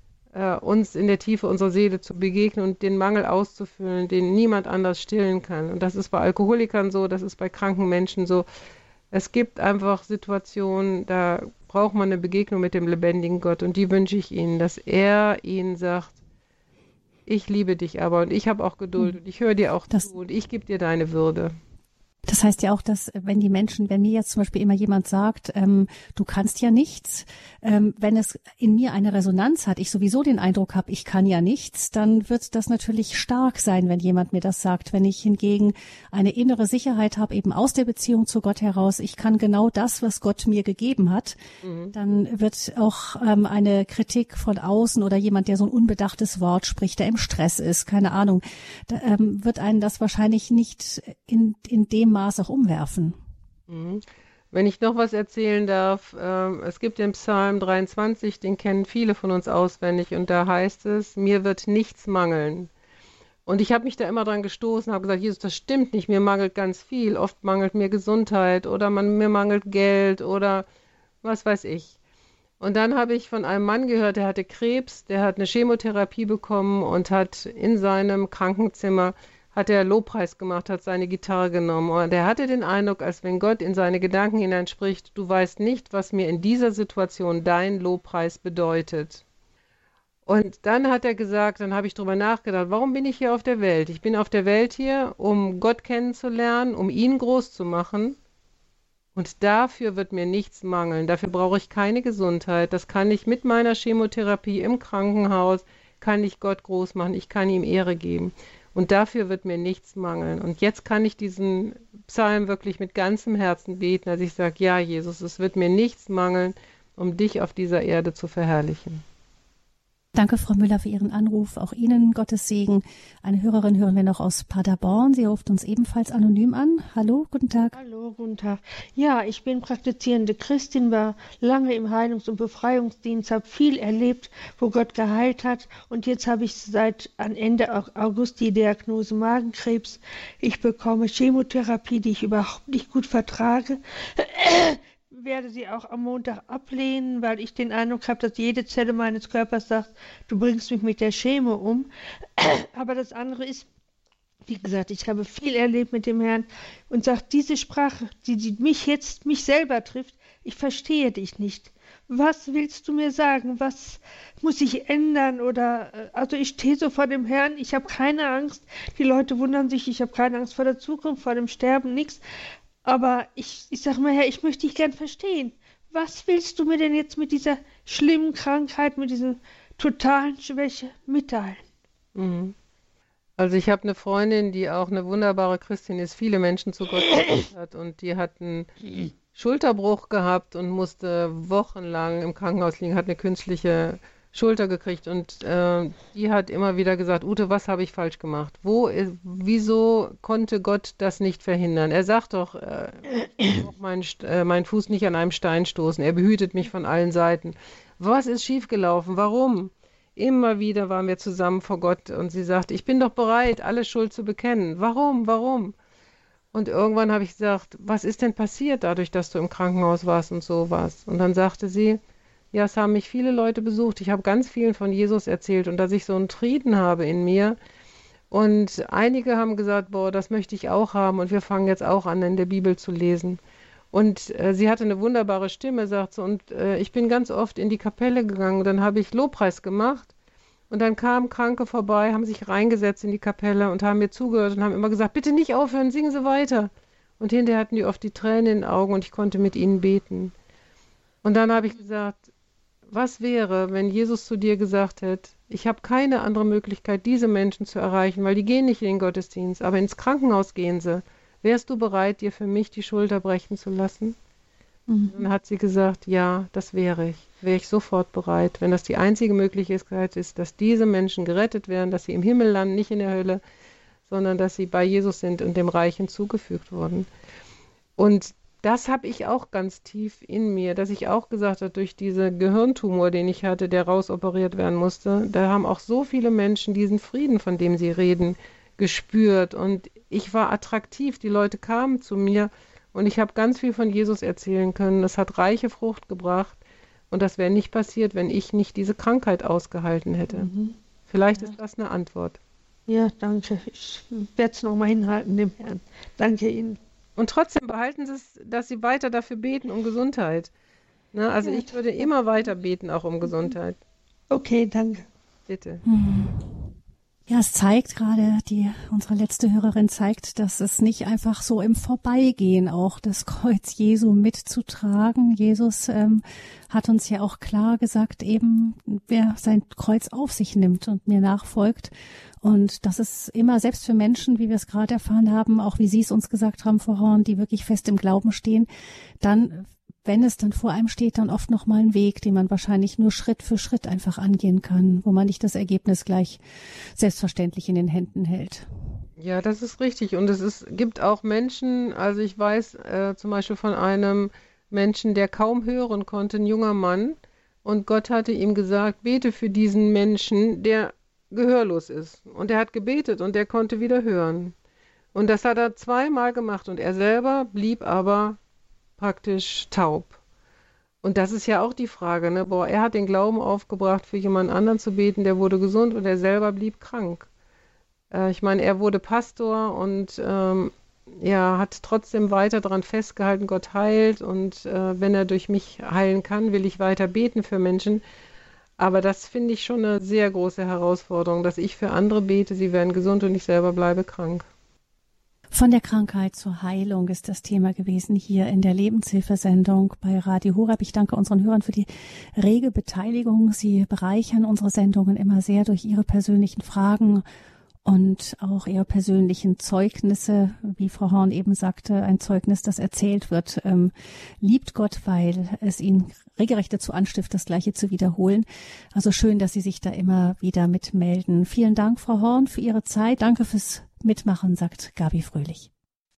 uns in der Tiefe unserer Seele zu begegnen und den Mangel auszufüllen, den niemand anders stillen kann. Und das ist bei Alkoholikern so, das ist bei kranken Menschen so. Es gibt einfach Situationen, da braucht man eine Begegnung mit dem lebendigen Gott und die wünsche ich Ihnen, dass er Ihnen sagt, ich liebe dich aber und ich habe auch Geduld und ich höre dir auch zu und ich gebe dir deine Würde. Das heißt ja auch, dass wenn mir jetzt zum Beispiel immer jemand sagt, du kannst ja nichts, wenn es in mir eine Resonanz hat, ich sowieso den Eindruck habe, ich kann ja nichts, dann wird das natürlich stark sein, wenn jemand mir das sagt. Wenn ich hingegen eine innere Sicherheit habe, eben aus der Beziehung zu Gott heraus, ich kann genau das, was Gott mir gegeben hat, dann wird auch eine Kritik von außen oder jemand, der so ein unbedachtes Wort spricht, der im Stress ist, keine Ahnung, wird einen das wahrscheinlich nicht in dem Maß auch umwerfen. Wenn ich noch was erzählen darf, es gibt den Psalm 23, den kennen viele von uns auswendig und da heißt es, mir wird nichts mangeln. Und ich habe mich da immer dran gestoßen, habe gesagt, Jesus, das stimmt nicht, mir mangelt ganz viel. Oft mangelt mir Gesundheit oder mir mangelt Geld oder was weiß ich. Und dann habe ich von einem Mann gehört, der hatte Krebs, der hat eine Chemotherapie bekommen und hat in seinem Krankenzimmer hat er Lobpreis gemacht, hat seine Gitarre genommen und er hatte den Eindruck, als wenn Gott in seine Gedanken hineinspricht, du weißt nicht, was mir in dieser Situation dein Lobpreis bedeutet. Und dann hat er gesagt, dann habe ich drüber nachgedacht, warum bin ich hier auf der Welt? Ich bin auf der Welt hier, um Gott kennenzulernen, um ihn groß zu machen und dafür wird mir nichts mangeln, dafür brauche ich keine Gesundheit, das kann ich mit meiner Chemotherapie im Krankenhaus, kann ich Gott groß machen, ich kann ihm Ehre geben. Und dafür wird mir nichts mangeln. Und jetzt kann ich diesen Psalm wirklich mit ganzem Herzen beten, als ich sage, ja, Jesus, es wird mir nichts mangeln, um dich auf dieser Erde zu verherrlichen. Danke, Frau Müller, für Ihren Anruf. Auch Ihnen Gottes Segen. Eine Hörerin hören wir noch aus Paderborn. Sie ruft uns ebenfalls anonym an. Hallo, guten Tag. Hallo, guten Tag. Ja, ich bin praktizierende Christin, war lange im Heilungs- und Befreiungsdienst, habe viel erlebt, wo Gott geheilt hat. Und jetzt habe ich seit Ende August die Diagnose Magenkrebs. Ich bekomme Chemotherapie, die ich überhaupt nicht gut vertrage. Werde sie auch am Montag ablehnen, weil ich den Eindruck habe, dass jede Zelle meines Körpers sagt, du bringst mich mit der Chemo um. Aber das andere ist, wie gesagt, ich habe viel erlebt mit dem Herrn und sagt, diese Sprache, die mich selber trifft, ich verstehe dich nicht. Was willst du mir sagen? Was muss ich ändern? Also ich stehe so vor dem Herrn, ich habe keine Angst. Die Leute wundern sich, ich habe keine Angst vor der Zukunft, vor dem Sterben, nichts. Aber ich sage mal, Herr, ich möchte dich gern verstehen. Was willst du mir denn jetzt mit dieser schlimmen Krankheit, mit dieser totalen Schwäche mitteilen? Also ich habe eine Freundin, die auch eine wunderbare Christin ist, viele Menschen zu Gott gebracht hat und die hat einen Schulterbruch gehabt und musste wochenlang im Krankenhaus liegen, hat eine künstliche Schulter gekriegt und die hat immer wieder gesagt, Ute, was habe ich falsch gemacht? Wieso konnte Gott das nicht verhindern? Er sagt doch, mein Fuß nicht an einem Stein stoßen. Er behütet mich von allen Seiten. Was ist schiefgelaufen? Warum? Immer wieder waren wir zusammen vor Gott und sie sagt, ich bin doch bereit, alle Schuld zu bekennen. Warum? Und irgendwann habe ich gesagt, was ist denn passiert dadurch, dass du im Krankenhaus warst und so warst? Und dann sagte sie, ja, es haben mich viele Leute besucht. Ich habe ganz vielen von Jesus erzählt und dass ich so einen Frieden habe in mir. Und einige haben gesagt, boah, das möchte ich auch haben und wir fangen jetzt auch an, in der Bibel zu lesen. Und sie hatte eine wunderbare Stimme, sagt sie, und ich bin ganz oft in die Kapelle gegangen. Dann habe ich Lobpreis gemacht und dann kamen Kranke vorbei, haben sich reingesetzt in die Kapelle und haben mir zugehört und haben immer gesagt, bitte nicht aufhören, singen Sie weiter. Und hinterher hatten die oft die Tränen in den Augen und ich konnte mit ihnen beten. Und dann habe ich gesagt, was wäre, wenn Jesus zu dir gesagt hätte, ich habe keine andere Möglichkeit, diese Menschen zu erreichen, weil die gehen nicht in den Gottesdienst, aber ins Krankenhaus gehen sie. Wärst du bereit, dir für mich die Schulter brechen zu lassen? Mhm. Dann hat sie gesagt, ja, das wäre ich. Wäre ich sofort bereit, wenn das die einzige Möglichkeit ist, dass diese Menschen gerettet werden, dass sie im Himmel landen, nicht in der Hölle, sondern dass sie bei Jesus sind und dem Reich hinzugefügt wurden. Und das habe ich auch ganz tief in mir, dass ich auch gesagt habe, durch diesen Gehirntumor, den ich hatte, der rausoperiert werden musste, da haben auch so viele Menschen diesen Frieden, von dem sie reden, gespürt. Und ich war attraktiv, die Leute kamen zu mir und ich habe ganz viel von Jesus erzählen können. Das hat reiche Frucht gebracht und das wäre nicht passiert, wenn ich nicht diese Krankheit ausgehalten hätte. Mhm. Vielleicht ist das eine Antwort. Ja, danke. Ich werde es nochmal hinhalten dem Herrn. Danke Ihnen. Und trotzdem behalten Sie es, dass Sie weiter dafür beten, um Gesundheit. Ne? Also ich würde immer weiter beten, auch um Gesundheit. Okay, danke. Bitte. Ja, es zeigt gerade, unsere letzte Hörerin zeigt, dass es nicht einfach so im Vorbeigehen auch das Kreuz Jesu mitzutragen. Jesus hat uns ja auch klar gesagt, eben wer sein Kreuz auf sich nimmt und mir nachfolgt. Und das ist immer, selbst für Menschen, wie wir es gerade erfahren haben, auch wie Sie es uns gesagt haben, Frau Horn, die wirklich fest im Glauben stehen, dann, wenn es dann vor einem steht, dann oft nochmal ein Weg, den man wahrscheinlich nur Schritt für Schritt einfach angehen kann, wo man nicht das Ergebnis gleich selbstverständlich in den Händen hält. Ja, das ist richtig. Und gibt auch Menschen, also ich weiß zum Beispiel von einem Menschen, der kaum hören konnte, ein junger Mann, und Gott hatte ihm gesagt, bete für diesen Menschen, der gehörlos ist. Und er hat gebetet und er konnte wieder hören. Und das hat er 2-mal gemacht und er selber blieb aber praktisch taub. Und das ist ja auch die Frage, ne? Boah, er hat den Glauben aufgebracht, für jemand anderen zu beten, der wurde gesund und er selber blieb krank. Ich meine, er wurde Pastor und hat trotzdem weiter daran festgehalten, Gott heilt und wenn er durch mich heilen kann, will ich weiter beten für Menschen. Aber das finde ich schon eine sehr große Herausforderung, dass ich für andere bete, sie werden gesund und ich selber bleibe krank. Von der Krankheit zur Heilung ist das Thema gewesen hier in der Lebenshilfesendung bei Radio Horeb. Ich danke unseren Hörern für die rege Beteiligung. Sie bereichern unsere Sendungen immer sehr durch ihre persönlichen Fragen und auch ihre persönlichen Zeugnisse, wie Frau Horn eben sagte, ein Zeugnis, das erzählt wird, liebt Gott, weil es ihn regelrecht dazu anstiftet, das Gleiche zu wiederholen. Also schön, dass Sie sich da immer wieder mitmelden. Vielen Dank, Frau Horn, für Ihre Zeit. Danke fürs Mitmachen, sagt Gabi Fröhlich.